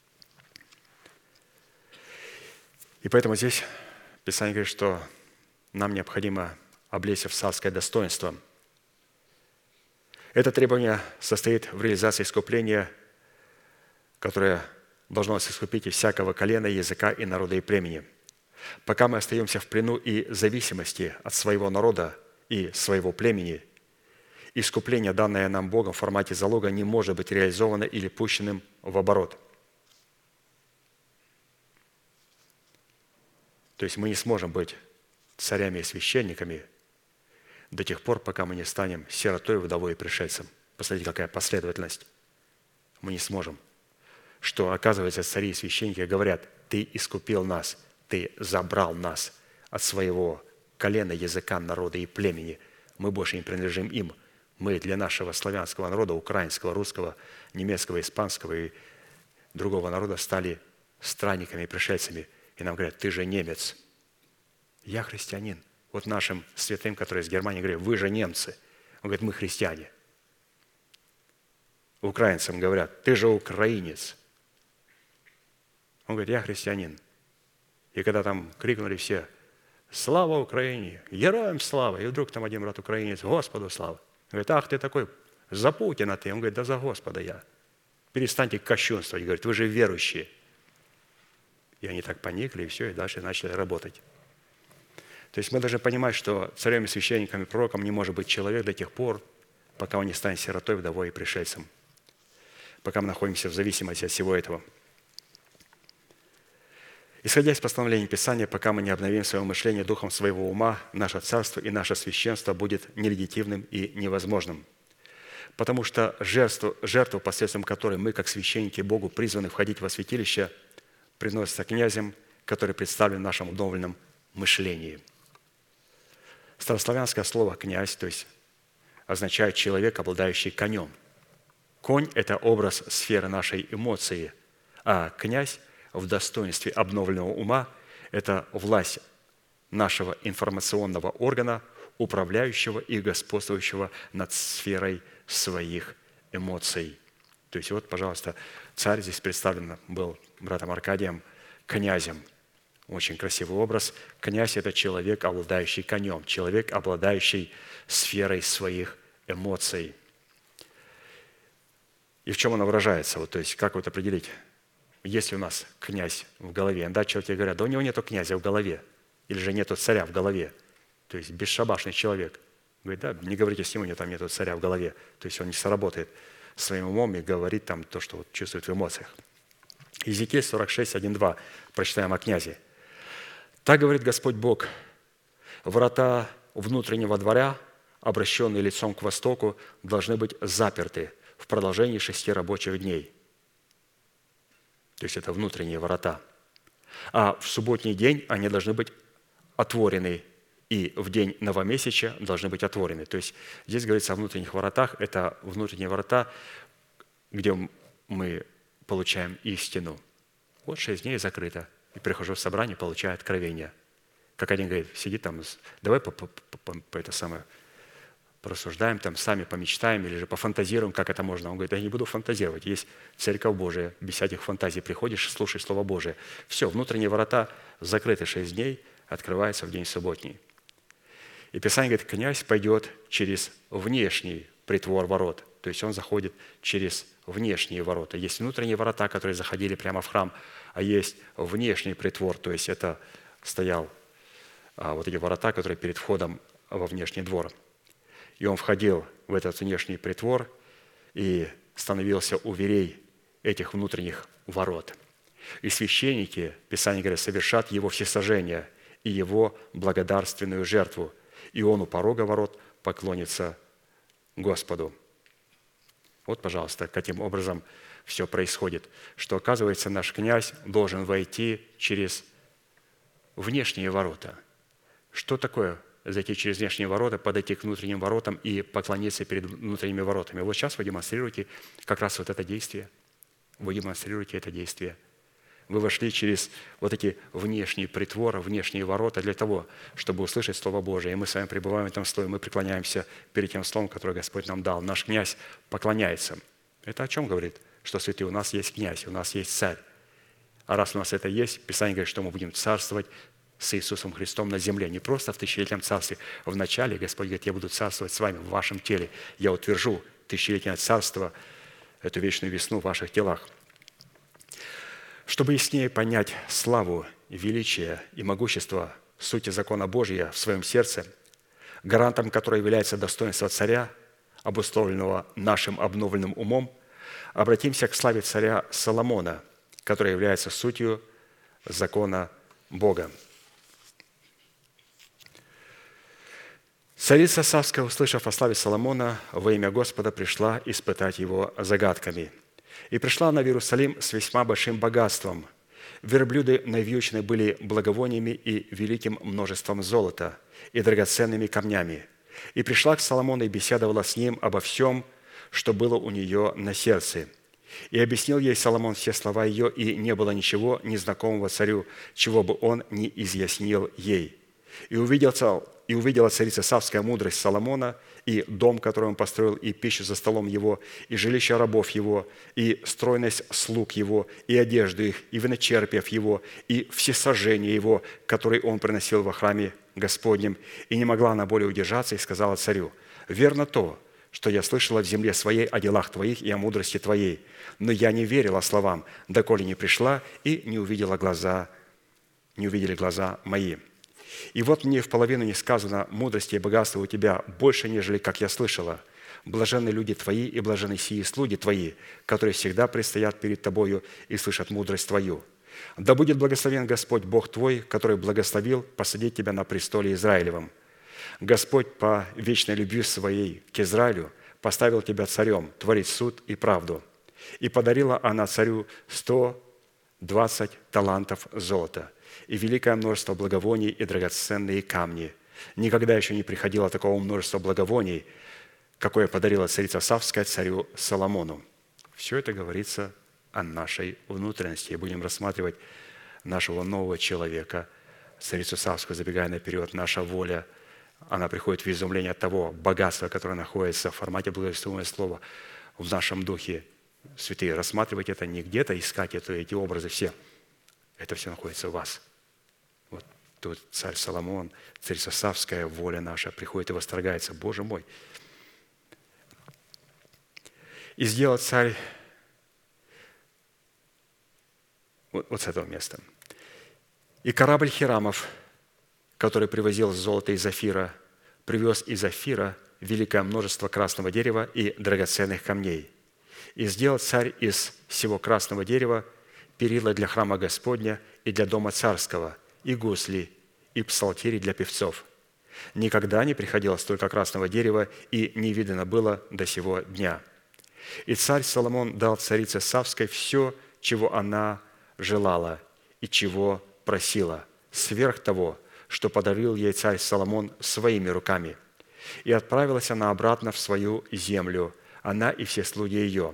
И поэтому здесь Писание говорит, что нам необходимо облечься в царское достоинство. Это требование состоит в реализации искупления, которое должно нас искупить из всякого колена, языка и народа и племени. Пока мы остаемся в плену и зависимости от своего народа и своего племени, искупление, данное нам Богом в формате залога, не может быть реализовано или пущенным в оборот. То есть мы не сможем быть царями и священниками до тех пор, пока мы не станем сиротой, вдовой и пришельцем. Посмотрите, какая последовательность. Мы не сможем. Что, оказывается, цари и священники говорят: «Ты искупил нас, Ты забрал нас от своего колена, языка, народа и племени. Мы больше не принадлежим им. Мы для нашего славянского народа, украинского, русского, немецкого, испанского и другого народа стали странниками и пришельцами». И нам говорят: «Ты же немец». Я христианин. Вот нашим святым, которые из Германии, говорят: «Вы же немцы». Он говорит: «Мы христиане». Украинцам говорят: «Ты же украинец». Он говорит: «Я христианин». И когда там крикнули все: «Слава Украине! Героям слава!» И вдруг там один брат украинец: «Господу слава!» Говорит: «Ах, ты такой, за Путина ты». Он говорит: «Да за Господа я». «Перестаньте кощунствовать». Говорит: «Вы же верующие». И они так поникли, и все, и дальше начали работать. То есть мы должны понимать, что царем и священником и пророком не может быть человек до тех пор, пока он не станет сиротой, вдовой и пришельцем. Пока мы находимся в зависимости от всего этого. Исходя из постановлений Писания, пока мы не обновим свое мышление духом своего ума, наше царство и наше священство будет нелегитимным и невозможным. Потому что жертву, жертву, посредством которой мы, как священники Богу, призваны входить во святилище, приносится князем, который представлен в нашем обновленном мышлении. Старославянское слово «князь», то есть означает человек, обладающий конем. Конь – это образ сферы нашей эмоции, а князь в достоинстве обновленного ума – это власть нашего информационного органа, управляющего и господствующего над сферой своих эмоций. То есть вот, пожалуйста, царь здесь представлен был братом Аркадием князем. Очень красивый образ. Князь – это человек, обладающий конем, человек, обладающий сферой своих эмоций. И в чем она выражается? Вот, то есть как вот определить, есть ли у нас князь в голове? Иногда человеку говорят: да у него нету князя в голове, или же нету царя в голове. То есть бесшабашный человек. Говорит: да, не говорите с ним, у него там нету царя в голове. То есть он не сработает своим умом и говорит там то, что вот чувствует в эмоциях. Иезекииль сорок шесть, один, два. Прочитаем о князе. «Так говорит Господь Бог: врата внутреннего двора, обращенные лицом к востоку, должны быть заперты в продолжении шести рабочих дней». То есть это внутренние врата. А в субботний день они должны быть отворены, и в день новомесяча должны быть отворены. То есть здесь говорится о внутренних воротах. Это внутренние врата, где мы получаем истину. Вот шесть дней закрыто. И прихожу в собрание, получаю откровение. Как один говорит: сиди там, давай по, по, по, по это самое, порассуждаем, там, сами помечтаем или же пофантазируем, как это можно. Он говорит: я не буду фантазировать. Есть Церковь Божия, без всяких фантазий приходишь, слушаешь Слово Божие. Все, внутренние врата закрыты шесть дней, открываются в день субботний. И Писание говорит: князь пойдет через внешний притвор ворот. То есть он заходит через внешние ворота. Есть внутренние ворота, которые заходили прямо в храм, а есть внешний притвор, то есть это стоял а, вот эти ворота, которые перед входом во внешний двор. И он входил в этот внешний притвор и становился у дверей этих внутренних ворот. И священники, Писание говорит, совершат его всесожжение и его благодарственную жертву, и он у порога ворот поклонится Господу. Вот, пожалуйста, каким образом все происходит. Что, оказывается, наш князь должен войти через внешние ворота. Что такое зайти через внешние ворота, подойти к внутренним воротам и поклониться перед внутренними воротами? Вот сейчас вы демонстрируете как раз вот это действие. Вы демонстрируете это действие. Вы вошли через вот эти внешние притворы, внешние ворота для того, чтобы услышать Слово Божие. И мы с вами пребываем в этом Слове, мы преклоняемся перед тем Словом, которое Господь нам дал. Наш князь поклоняется. Это о чем говорит? Что, святые, у нас есть князь, у нас есть царь. А раз у нас это есть, Писание говорит, что мы будем царствовать с Иисусом Христом на земле. Не просто в тысячелетнем царстве. Вначале Господь говорит: я буду царствовать с вами в вашем теле. Я утвержу тысячелетнее царство, эту вечную весну в ваших телах. Чтобы яснее понять славу, величие и могущество сути закона Божия в своем сердце, гарантом которой является достоинство царя, обусловленного нашим обновленным умом, обратимся к славе царя Соломона, который является сутью закона Бога. Царица Савская, услышав о славе Соломона, во имя Господа пришла испытать его загадками. И пришла она в Иерусалим с весьма большим богатством. Верблюды навьючены были благовониями и великим множеством золота и драгоценными камнями. И пришла к Соломону и беседовала с ним обо всем, что было у нее на сердце. И объяснил ей Соломон все слова ее, и не было ничего незнакомого царю, чего бы он не изъяснил ей. И увидел, и увидела царица Савская мудрость Соломона, и дом, который он построил, и пищу за столом его, и жилище рабов его, и стройность слуг его, и одежду их, и виночерпиев его, и всесожжение его, которые он приносил во храме Господнем. И не могла она более удержаться, и сказала царю: «Верно то, что я слышала в земле своей о делах твоих и о мудрости твоей, но я не верила словам, доколе не пришла и не увидела глаза, не увидели глаза мои. И вот мне в половину не сказано мудрости и богатства у тебя больше, нежели как я слышала. Блаженны люди твои и блаженны сии слуги твои, которые всегда предстоят перед тобою и слышат мудрость твою. Да будет благословен Господь Бог твой, который благословил посадить тебя на престоле Израилевом. Господь по вечной любви своей к Израилю поставил тебя царем, творить суд и правду. И подарила она царю сто двадцать талантов золота и великое множество благовоний и драгоценные камни. Никогда еще не приходило такого множества благовоний, какое подарила царица Савская царю Соломону». Все это говорится о нашей внутренности. И будем рассматривать нашего нового человека, царицу Савскую, забегая наперед. Наша воля, она приходит в изумление от того богатства, которое находится в формате благовествуемого слова в нашем духе. Святые, рассматривать это не где-то, искать это, эти образы все. Это все находится в вас. Вот тут царь Соломон, царица Савская, воля наша приходит и восторгается. Боже мой! И сделал царь вот, вот с этого места. И корабль Хирамов, который привозил золото из Офира, привез из Офира великое множество красного дерева и драгоценных камней. И сделал царь из всего красного дерева перила для храма Господня и для дома царского, и гусли, и псалтири для певцов. Никогда не приходило столько красного дерева, и не видано было до сего дня. И царь Соломон дал царице Савской все, чего она желала и чего просила, сверх того, что подарил ей царь Соломон своими руками. И отправилась она обратно в свою землю, она и все слуги ее.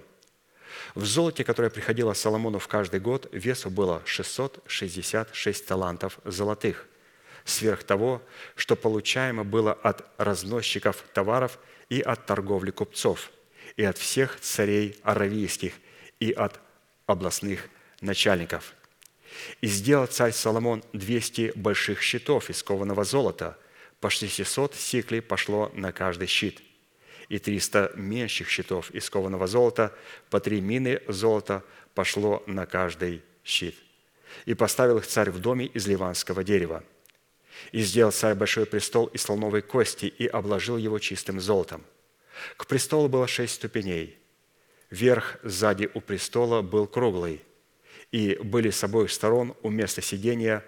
В золоте, которое приходило Соломону в каждый год, весу было шестьсот шестьдесят шесть талантов золотых, сверх того, что получаемо было от разносчиков товаров и от торговли купцов, и от всех царей аравийских, и от областных начальников. И сделал царь Соломон двести больших щитов из кованого золота, по шестисот сиклей пошло на каждый щит, и триста меньших щитов из кованого золота, по три мины золота пошло на каждый щит. И поставил их царь в доме из ливанского дерева. И сделал царь большой престол из слоновой кости и обложил его чистым золотом. К престолу было шесть ступеней. Верх сзади у престола был круглый, и были с обоих сторон у места сидения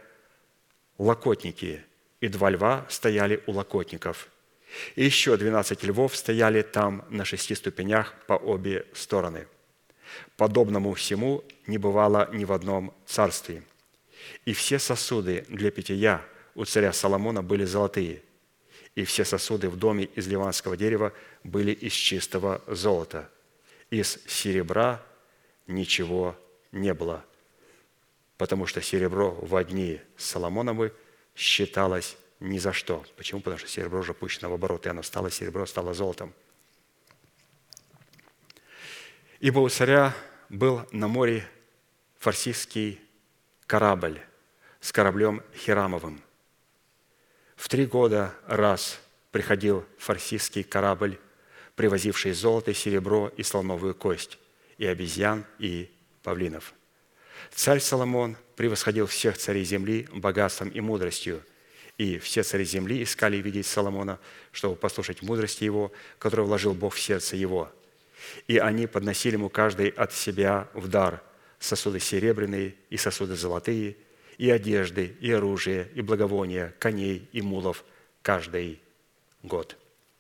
локотники, и два льва стояли у локотников. И еще двенадцать львов стояли там на шести ступенях по обе стороны. Подобному всему не бывало ни в одном царстве. И все сосуды для питья у царя Соломона были золотые, и все сосуды в доме из ливанского дерева были из чистого золота. Из серебра ничего не было, потому что серебро в дни Соломоновы считалось ни за что. Почему? Потому что серебро уже пущено в оборот, и оно стало серебро, стало золотом. Ибо у царя был на море фарсийский корабль с кораблем Хирамовым. В три года раз приходил фарсийский корабль, привозивший золото, серебро и слоновую кость, и обезьян, и павлинов. Царь Соломон превосходил всех царей земли богатством и мудростью, и все цари земли искали видеть Соломона, чтобы послушать мудрости его, которую вложил Бог в сердце его. И они подносили ему каждый от себя в дар сосуды серебряные и сосуды золотые, и одежды, и оружие, и благовония, коней и мулов, каждый год.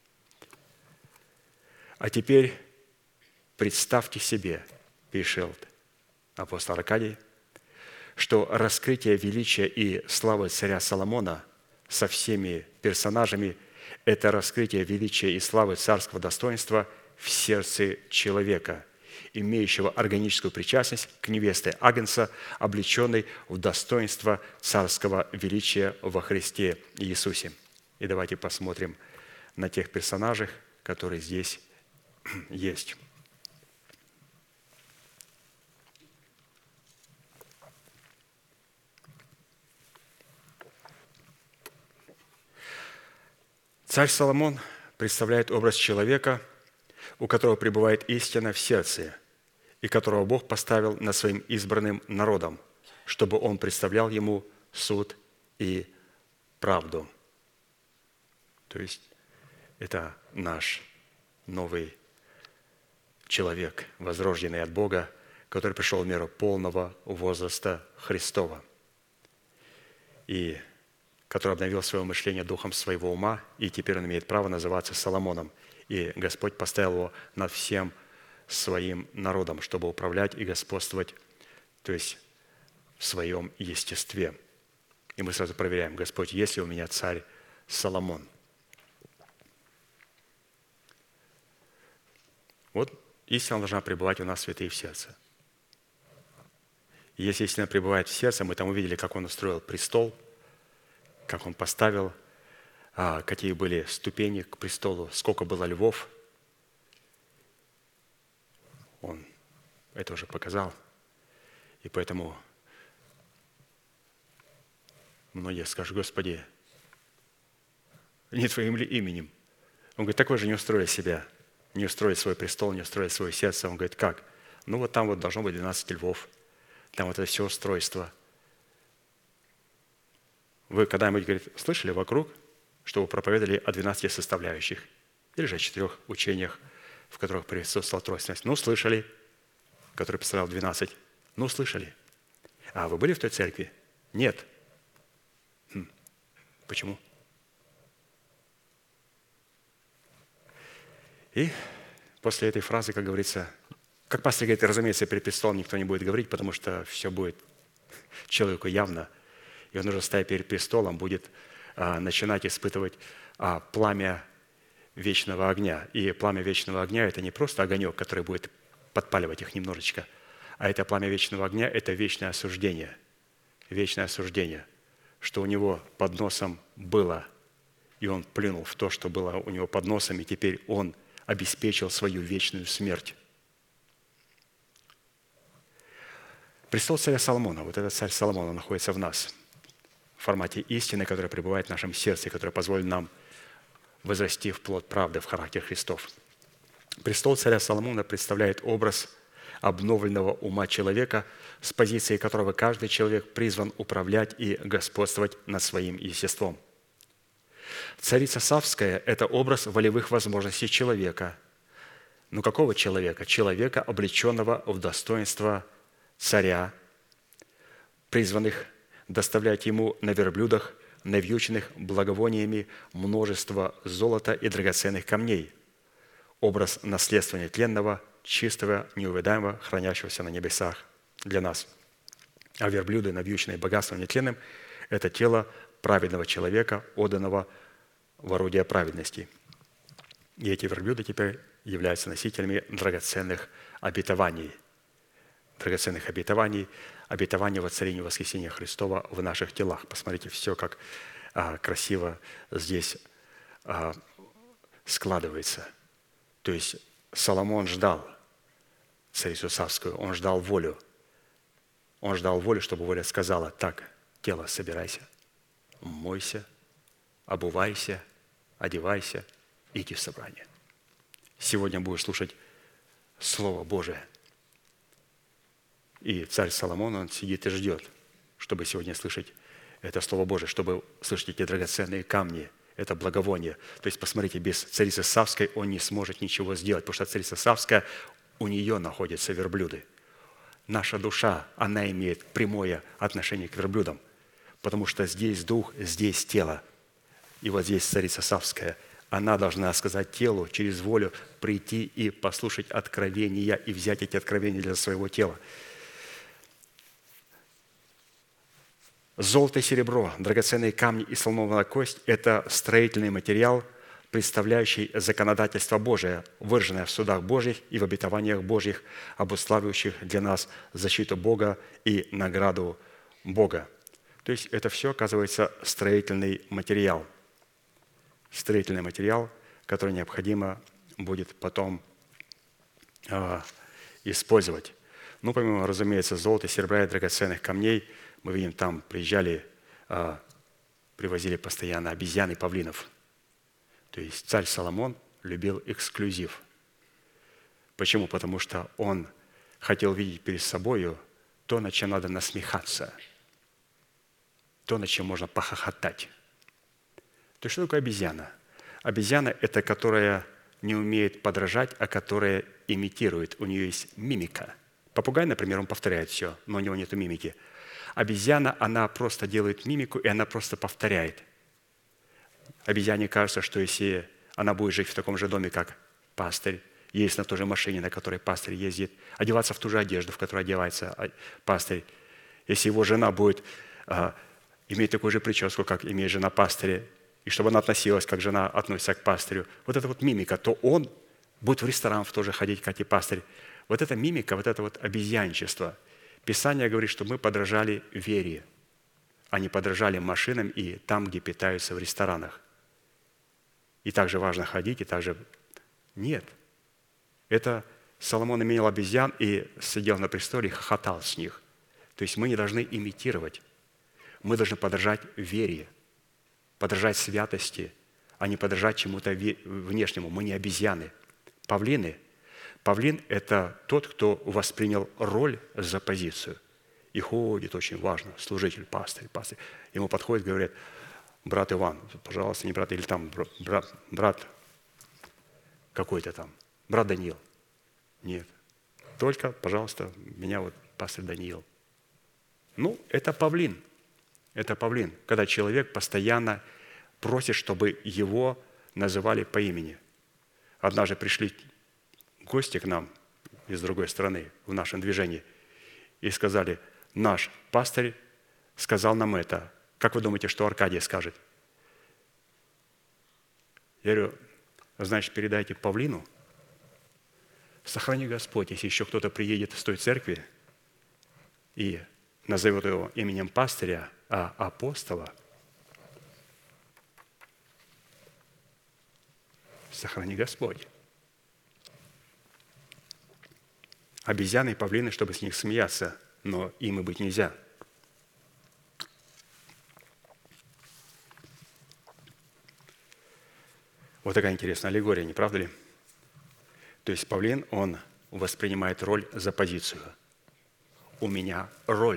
А теперь представьте себе, пишет апостол Аркадий, что раскрытие величия и славы царя Соломона со всеми персонажами – это раскрытие величия и славы царского достоинства в сердце человека, имеющего органическую причастность к невесте Агнца, облеченной в достоинство царского величия во Христе Иисусе. И давайте посмотрим на тех персонажей, которые здесь есть. Царь Соломон представляет образ человека, у которого пребывает истина в сердце, и которого Бог поставил над своим избранным народом, чтобы он представлял ему суд и правду. То есть это наш новый человек, возрожденный от Бога, который пришел в меру полного возраста Христова, и который обновил свое мышление духом своего ума, и теперь он имеет право называться Соломоном. И Господь поставил его над всем своим народом, чтобы управлять и господствовать, то есть в своем естестве. И мы сразу проверяем: Господь, есть ли у меня царь Соломон? Вот истина должна пребывать у нас, святые, в сердце. И если истина пребывает в сердце, мы там увидели, как он устроил престол, как он поставил, какие были ступени к престолу, сколько было львов. Он это уже показал. И поэтому многие скажут: Господи, не Твоим ли именем? Он говорит: так вы же не устроили себя, не устроили свой престол, не устроили свое сердце. Он говорит: как? Ну вот там вот должно быть двенадцать львов, там вот это все устройство. Вы когда-нибудь, говорит, слышали вокруг, что вы проповедовали о двенадцати составляющих или же о четырех учениях, в которых присутствовала тройственность? Ну, слышали, который представлял двенадцать. Ну, слышали. А вы были в той церкви? Нет. Хм. Почему? И после этой фразы, как говорится, как пастор говорит, разумеется, перед престолом никто не будет говорить, потому что все будет человеку явно. И он уже, стоя перед престолом, будет а, начинать испытывать а, пламя вечного огня. И пламя вечного огня – это не просто огонек, который будет подпаливать их немножечко, а это пламя вечного огня – это вечное осуждение. Вечное осуждение, что у него под носом было, и он плюнул в то, что было у него под носом, и теперь он обеспечил свою вечную смерть. Престол царя Соломона, вот этот царь Соломона находится в нас, в формате истины, которая пребывает в нашем сердце, которая позволит нам возрасти в плод правды, в характер Христов. Престол царя Соломона представляет образ обновленного ума человека, с позиции которого каждый человек призван управлять и господствовать над своим естеством. Царица Савская – это образ волевых возможностей человека. Но какого человека? Человека, облеченного в достоинство царя, призванных доставлять ему на верблюдах, навьюченных благовониями, множество золота и драгоценных камней. Образ наследства нетленного, чистого, неувядаемого, хранящегося на небесах для нас. А верблюды, навьюченные богатством нетленным, это тело праведного человека, отданного в орудие праведности. И эти верблюды теперь являются носителями драгоценных обетований. Драгоценных обетований, обетования воцарения воскресения Христова в наших телах. Посмотрите, все как а, красиво здесь а, складывается. То есть Соломон ждал царицу Савскую, он ждал волю. Он ждал волю, чтобы воля сказала: так, тело, собирайся, мойся, обувайся, одевайся, иди в собрание. Сегодня будешь слушать Слово Божие. И царь Соломон, он сидит и ждет, чтобы сегодня слышать это Слово Божие, чтобы слышать эти драгоценные камни, это благовоние. То есть, посмотрите, без царицы Савской он не сможет ничего сделать, потому что царица Савская, у нее находятся верблюды. Наша душа, она имеет прямое отношение к верблюдам, потому что здесь дух, здесь тело. И вот здесь царица Савская, она должна сказать телу через волю прийти и послушать откровения и взять эти откровения для своего тела. Золото и серебро, драгоценные камни и слоновая кость – это строительный материал, представляющий законодательство Божие, выраженное в судах Божьих и в обетованиях Божьих, обуславливающих для нас защиту Бога и награду Бога. То есть это все, оказывается, строительный материал. Строительный материал, который необходимо будет потом э, использовать. Ну, помимо, разумеется, золота, серебра и драгоценных камней, мы видим, там приезжали, э, привозили постоянно обезьян и павлинов. То есть царь Соломон любил эксклюзив. Почему? Потому что он хотел видеть перед собою то, над чем надо насмехаться, то, над чем можно похохотать. То есть что такое обезьяна? Обезьяна – это которая не умеет подражать, а которая имитирует. У нее есть мимика. Попугай, например, он повторяет все, но у него нет мимики. Обезьяна, она просто делает мимику, и она просто повторяет. Обезьяне кажется, что если она будет жить в таком же доме, как пастырь, ездить на той же машине, на которой пастырь ездит, одеваться в ту же одежду, в которой одевается пастырь, если его жена будет а, иметь такую же прическу, как имеет жена пастыря, и чтобы она относилась, как жена относится к пастырю, вот эта вот мимика, то он будет в ресторан тоже ходить, как и пастырь. Вот эта мимика, вот это вот обезьянчество. Писание говорит, что мы подражали вере, а не подражали машинам и там, где питаются в ресторанах. И также важно ходить, и также... Нет. Это Соломон имел обезьян и сидел на престоле и хохотал с них. То есть мы не должны имитировать. Мы должны подражать вере, подражать святости, а не подражать чему-то внешнему. Мы не обезьяны. Павлины. Павлин – это тот, кто воспринял роль за позицию. И ходит, очень важно, служитель, пастырь, пастырь. Ему подходит, говорят: брат Иван, пожалуйста, не брат, или там брат, брат какой-то там, брат Даниил. Нет, только, пожалуйста, меня вот пастырь Даниил. Ну, это павлин. Это павлин, когда человек постоянно просит, чтобы его называли по имени. Однажды пришли гости к нам из другой страны в нашем движении и сказали: наш пастырь сказал нам это. Как вы думаете, что Аркадий скажет? Я говорю: значит, передайте павлину. Сохрани Господь, если еще кто-то приедет с той церкви и назовет его именем пастыря, а апостола, сохрани Господь. Обезьяны и павлины, чтобы с них смеяться, но им и быть нельзя. Вот такая интересная аллегория, не правда ли? То есть павлин, он воспринимает роль за позицию. У меня роль.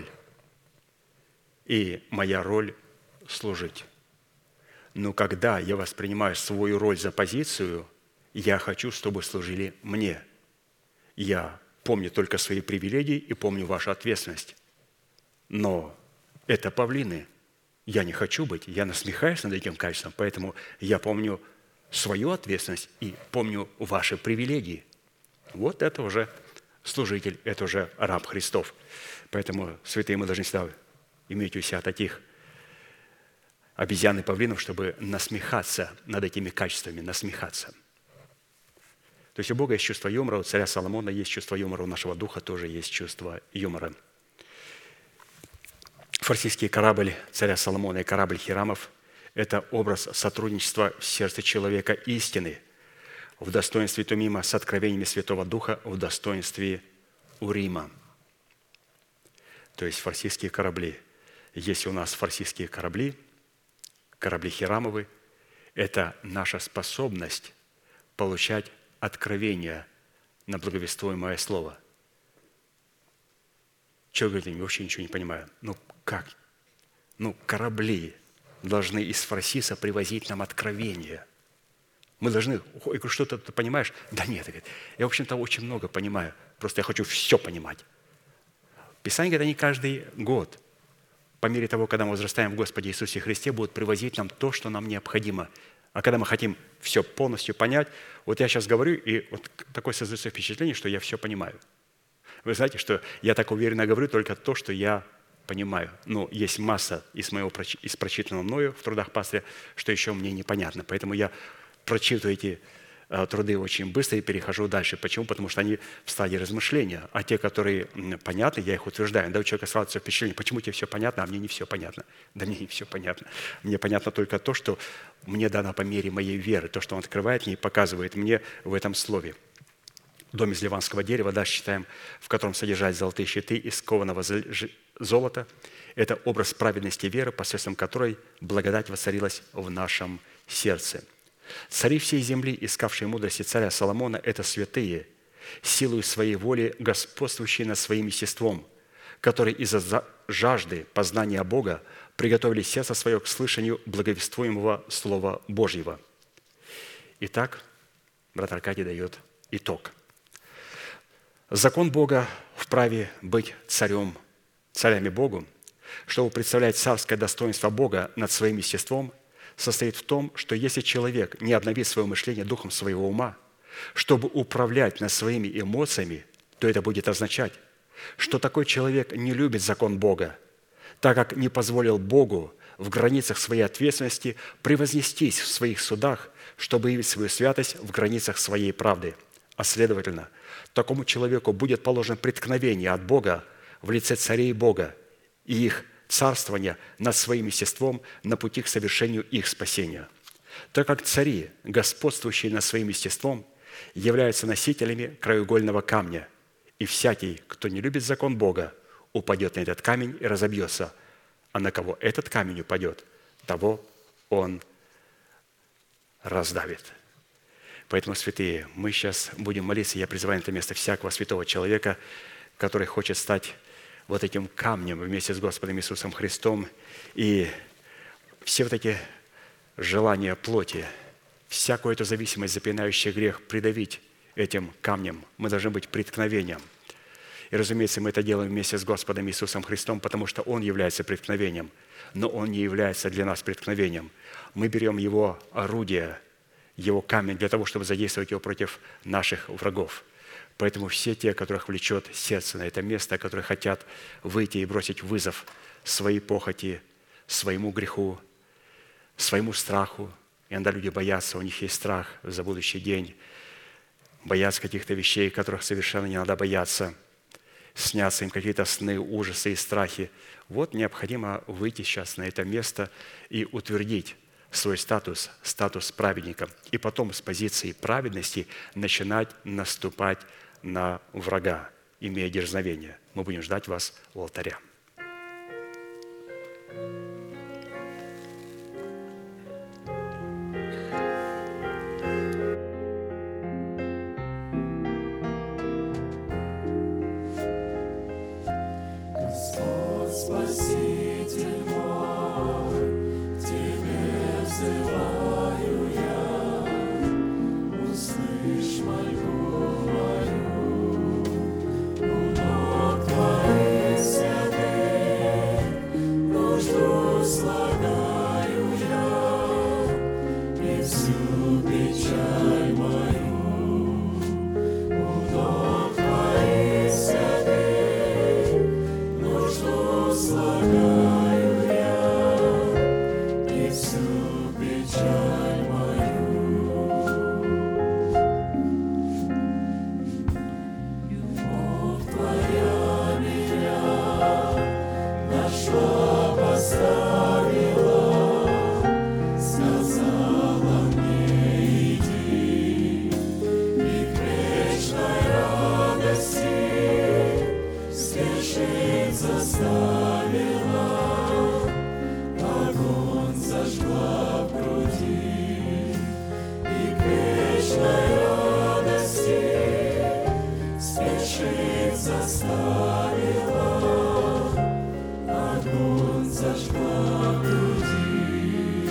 И моя роль – служить. Но когда я воспринимаю свою роль за позицию, я хочу, чтобы служили мне. Я помню только свои привилегии и помню вашу ответственность. Но это павлины. Я не хочу быть, я насмехаюсь над этим качеством, поэтому я помню свою ответственность и помню ваши привилегии. Вот это уже служитель, это уже раб Христов. Поэтому, святые, мы должны всегда иметь у себя таких обезьян и павлинов, чтобы насмехаться над этими качествами, насмехаться. То есть у Бога есть чувство юмора, у царя Соломона есть чувство юмора, у нашего духа тоже есть чувство юмора. Фарсийский корабль царя Соломона и корабль Хирамов – это образ сотрудничества в сердце человека истины, в достоинстве Тумима с откровениями Святого Духа, в достоинстве Урима. То есть фарсийские корабли. Если у нас фарсийские корабли, корабли Хирамовы, это наша способность получать откровение на благовествуемое слово. Чего говорит, я вообще ничего не понимаю. Ну как? Ну корабли должны из Фарсиса привозить нам откровение. Мы должны, я говорю, что-то ты понимаешь? Да нет, я, в общем-то, очень много понимаю. Просто я хочу все понимать. Писание говорит, они каждый год, по мере того, когда мы возрастаем в Господе Иисусе Христе, будут привозить нам то, что нам необходимо. А когда мы хотим все полностью понять, вот я сейчас говорю, и вот такое создается впечатление, что я все понимаю. Вы знаете, что я так уверенно говорю только то, что я понимаю. Но есть масса из моего из прочитанного мною в трудах пастыря, что еще мне непонятно. Поэтому я прочитываю эти труды очень быстро и перехожу дальше. Почему? Потому что они в стадии размышления. А те, которые понятны, я их утверждаю. Да, у человека складывается впечатление, почему тебе все понятно, а мне не все понятно. Да мне не все понятно. Мне понятно только то, что мне дано по мере моей веры, то, что он открывает мне и показывает мне в этом слове. Дом из ливанского дерева, дальше читаем, в котором содержать золотые щиты из кованого золота. Это образ праведности веры, посредством которой благодать воцарилась в нашем сердце. Цари всей земли, искавшие мудрости царя Соломона, это святые, силою своей воли господствующие над своим естеством, которые из-за жажды познания Бога приготовили сердце свое к слышанию благовествуемого Слова Божьего. Итак, брат Аркадий дает итог. Закон Бога вправе быть царем, царями Богу, чтобы представлять царское достоинство Бога над своим естеством, состоит в том, что если человек не обновит свое мышление духом своего ума, чтобы управлять над своими эмоциями, то это будет означать, что такой человек не любит закон Бога, так как не позволил Богу в границах своей ответственности превознестись в своих судах, чтобы явить свою святость в границах своей правды. А следовательно, такому человеку будет положено преткновение от Бога в лице царей Бога и их царствования над своим естеством на пути к совершению их спасения. Так как цари, господствующие над своим естеством, являются носителями краеугольного камня, и всякий, кто не любит закон Бога, упадет на этот камень и разобьется, а на кого этот камень упадет, того он раздавит. Поэтому, святые, мы сейчас будем молиться. Я призываю на это место всякого святого человека, который хочет стать вот этим камнем вместе с Господом Иисусом Христом. И все вот эти желания плоти, всякую эту зависимость, запинающий грех, придавить этим камнем. Мы должны быть преткновением. И, разумеется, мы это делаем вместе с Господом Иисусом Христом, потому что Он является преткновением, но Он не является для нас преткновением. Мы берем Его орудие, Его камень для того, чтобы задействовать его против наших врагов. Поэтому все те, которых влечет сердце на это место, которые хотят выйти и бросить вызов своей похоти, своему греху, своему страху. Иногда люди боятся, у них есть страх за будущий день, боятся каких-то вещей, которых совершенно не надо бояться, снятся им какие-то сны, ужасы и страхи. Вот необходимо выйти сейчас на это место и утвердить свой статус, статус праведника, и потом с позиции праведности начинать наступать на врага, имея дерзновение. Мы будем ждать вас у алтаря. Господь, Спаситель мой, Тебе взываю я, услышь мольбу мою, у ног Твоих святых, нужду слагаю я, и всю печаль мою, у ног Твоих святых, нужду слагаю я, и всю печаль мою. Любовь Твоя меня нашла, поставила, сказала мне иди, и к вечной радости спешить заставила, огонь зажгла в груди, и к вечной радости спешить заставила, огонь зажгла в груди.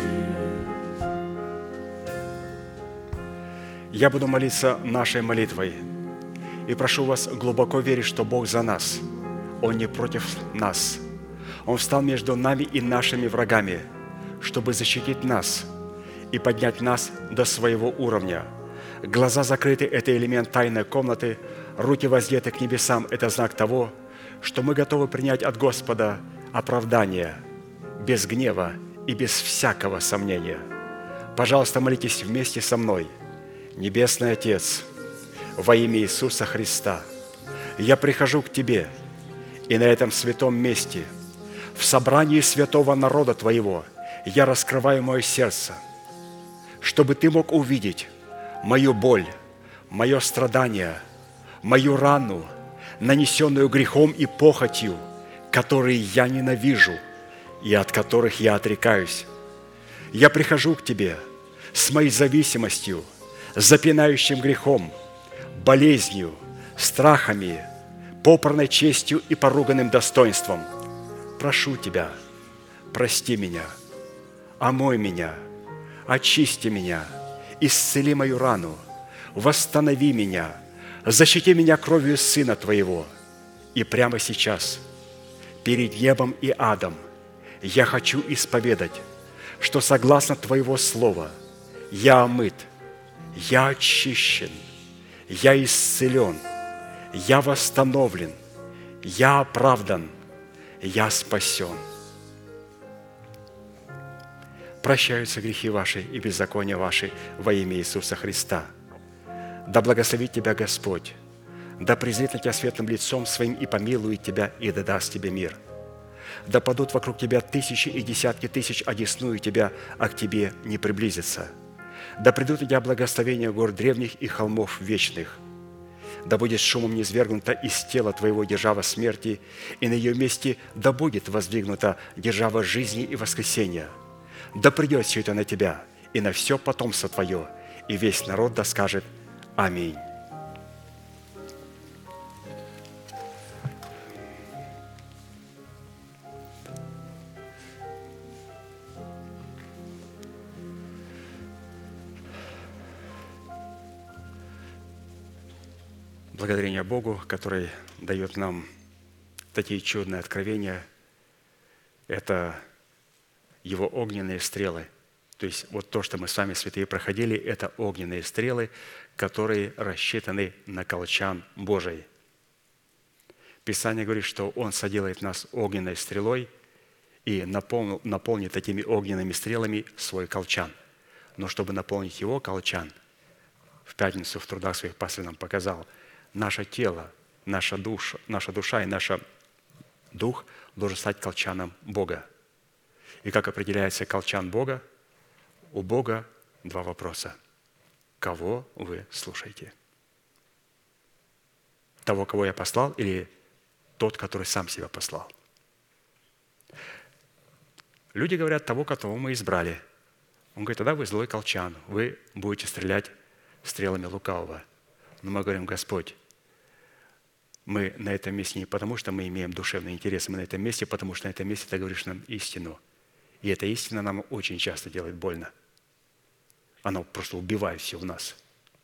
Я буду молиться нашей молитвой и прошу вас глубоко верить, что Бог за нас. Он не против нас. Он встал между нами и нашими врагами, чтобы защитить нас и поднять нас до своего уровня. Глаза закрыты – это элемент тайной комнаты, руки воздеты к небесам – это знак того, что мы готовы принять от Господа оправдание без гнева и без всякого сомнения. Пожалуйста, молитесь вместе со мной. Небесный Отец, во имя Иисуса Христа, я прихожу к Тебе, и на этом святом месте, в собрании святого народа Твоего, я раскрываю мое сердце, чтобы Ты мог увидеть мою боль, мое страдание, мою рану, нанесенную грехом и похотью, которые я ненавижу и от которых я отрекаюсь. Я прихожу к Тебе с моей зависимостью, запинающим грехом, болезнью, страхами, попранной честью и поруганным достоинством. Прошу Тебя, прости меня, омой меня, очисти меня, исцели мою рану, восстанови меня, защити меня кровью Сына Твоего. И прямо сейчас, перед небом и адом, я хочу исповедать, что согласно Твоего Слова я омыт, я очищен, я исцелен, я восстановлен, я оправдан, я спасен. Прощаются грехи ваши и беззакония ваши во имя Иисуса Христа. Да благословит тебя Господь, да презрит на тебя светлым лицом своим и помилует тебя, и да даст тебе мир. Да падут вокруг тебя тысячи и десятки тысяч, одесную тебя, а к тебе не приблизится. Да придут у тебя благословения гор древних и холмов вечных. Да будет шумом низвергнута из тела твоего держава смерти, и на ее месте да будет воздвигнута держава жизни и воскресения. Да придет все это на тебя и на все потомство твое, и весь народ да скажет Аминь. Благодарение Богу, который дает нам такие чудные откровения, это Его огненные стрелы. То есть вот то, что мы с вами, святые, проходили, это огненные стрелы, которые рассчитаны на колчан Божий. Писание говорит, что Он соделает нас огненной стрелой и наполнит, наполнит такими огненными стрелами свой колчан. Но чтобы наполнить Его колчан, в пятницу в трудах своих пастырь нам показал, наше тело, наша душа, наша душа и наш дух должен стать колчаном Бога. И как определяется колчан Бога? У Бога два вопроса. Кого вы слушаете? Того, кого я послал, или тот, который сам себя послал? Люди говорят того, которого мы избрали. Он говорит, тогда вы злой колчан, вы будете стрелять стрелами лукавого. Но мы говорим, Господь, мы на этом месте не потому, что мы имеем душевный интерес, мы на этом месте, потому что на этом месте ты говоришь нам истину. И эта истина нам очень часто делает больно. Она просто убивает все в нас.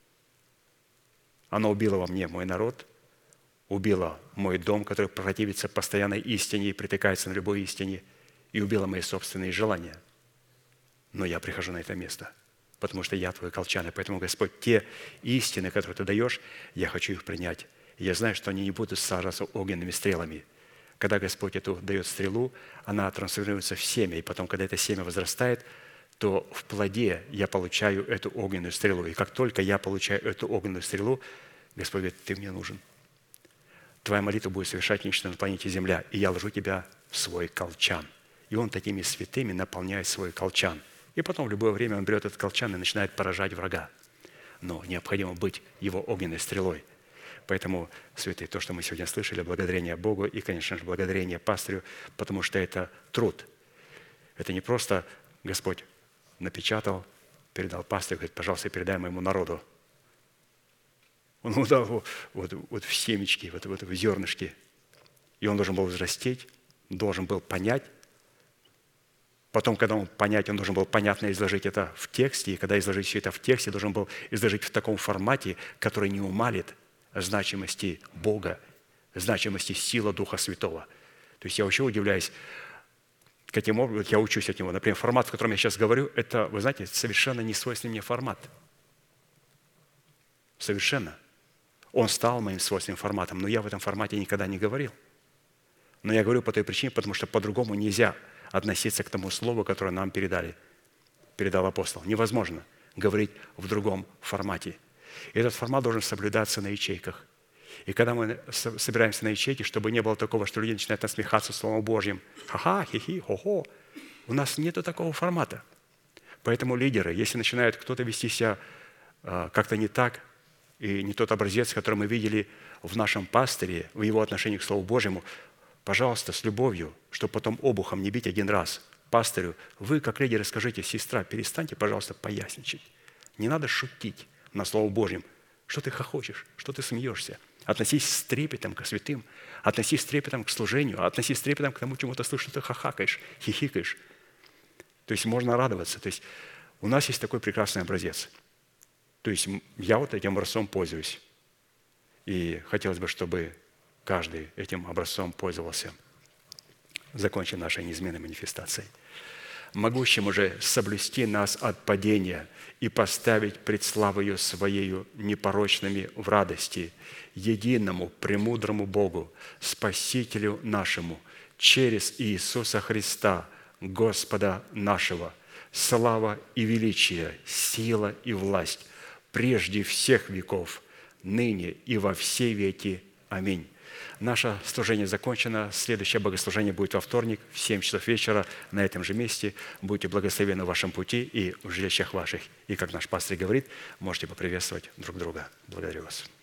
Она убила во мне мой народ, убила мой дом, который противится постоянной истине и притыкается на любой истине, и убила мои собственные желания. Но я прихожу на это место, потому что я твой колчан. И поэтому, Господь, те истины, которые ты даешь, я хочу их принять. И я знаю, что они не будут сражаться огненными стрелами. Когда Господь эту дает стрелу, она трансформируется в семя. И потом, когда это семя возрастает, то в плоде я получаю эту огненную стрелу. И как только я получаю эту огненную стрелу, Господь говорит, ты мне нужен. Твоя молитва будет совершать нечто на планете Земля, и я ложу тебя в свой колчан. И Он такими святыми наполняет свой колчан. И потом в любое время Он берет этот колчан и начинает поражать врага. Но необходимо быть его огненной стрелой. Поэтому, святые, то, что мы сегодня слышали, благодарение Богу и, конечно же, благодарение пастырю, потому что это труд. Это не просто Господь напечатал, передал пастырю, говорит, пожалуйста, передай моему народу. Он ему дал вот, вот, вот в семечки, вот, вот в зернышки. И он должен был взрастить, должен был понять. Потом, когда он понять, он должен был понятно изложить это в тексте. И когда изложить все это в тексте, должен был изложить в таком формате, который не умалит значимости Бога, значимости силы Духа Святого. То есть я вообще удивляюсь, Каким образом я учусь от него? Например, формат, в котором я сейчас говорю, это, вы знаете, совершенно не свойственный мне формат. Совершенно. Он стал моим свойственным форматом, но я в этом формате никогда не говорил. Но я говорю по той причине, потому что по-другому нельзя относиться к тому слову, которое нам передали, передал апостол. Невозможно говорить в другом формате. И этот формат должен соблюдаться на ячейках. И когда мы собираемся на ячейке, чтобы не было такого, что люди начинают насмехаться Словом Божьим, ха-ха, хи-хи, хо-хо, у нас нет такого формата. Поэтому лидеры, если начинает кто-то вести себя э, как-то не так, и не тот образец, который мы видели в нашем пастыре, в его отношении к Слову Божьему, пожалуйста, с любовью, чтобы потом обухом не бить один раз пастырю, вы, как лидеры, скажите: сестра, перестаньте, пожалуйста, поясничать. Не надо шутить на Слово Божьем. Что ты хохочешь, что ты смеешься? Относись с трепетом к святым, относись с трепетом к служению, относись с трепетом к тому, чему ты слышишь, что ты хахакаешь, хихикаешь. То есть можно радоваться. То есть у нас есть такой прекрасный образец. То есть я вот этим образцом пользуюсь. И хотелось бы, чтобы каждый этим образцом пользовался. Закончим нашей неизменной манифестацией. Могущему же соблюсти нас от падения и поставить пред славою Своею непорочными в радости, единому, премудрому Богу, Спасителю нашему, через Иисуса Христа, Господа нашего, слава и величие, сила и власть, прежде всех веков, ныне и во все веки. Аминь. Наше служение закончено. Следующее богослужение будет во вторник в семь часов вечера на этом же месте. Будьте благословенны в вашем пути и в жилищах ваших. И, как наш пастор говорит, можете поприветствовать друг друга. Благодарю вас.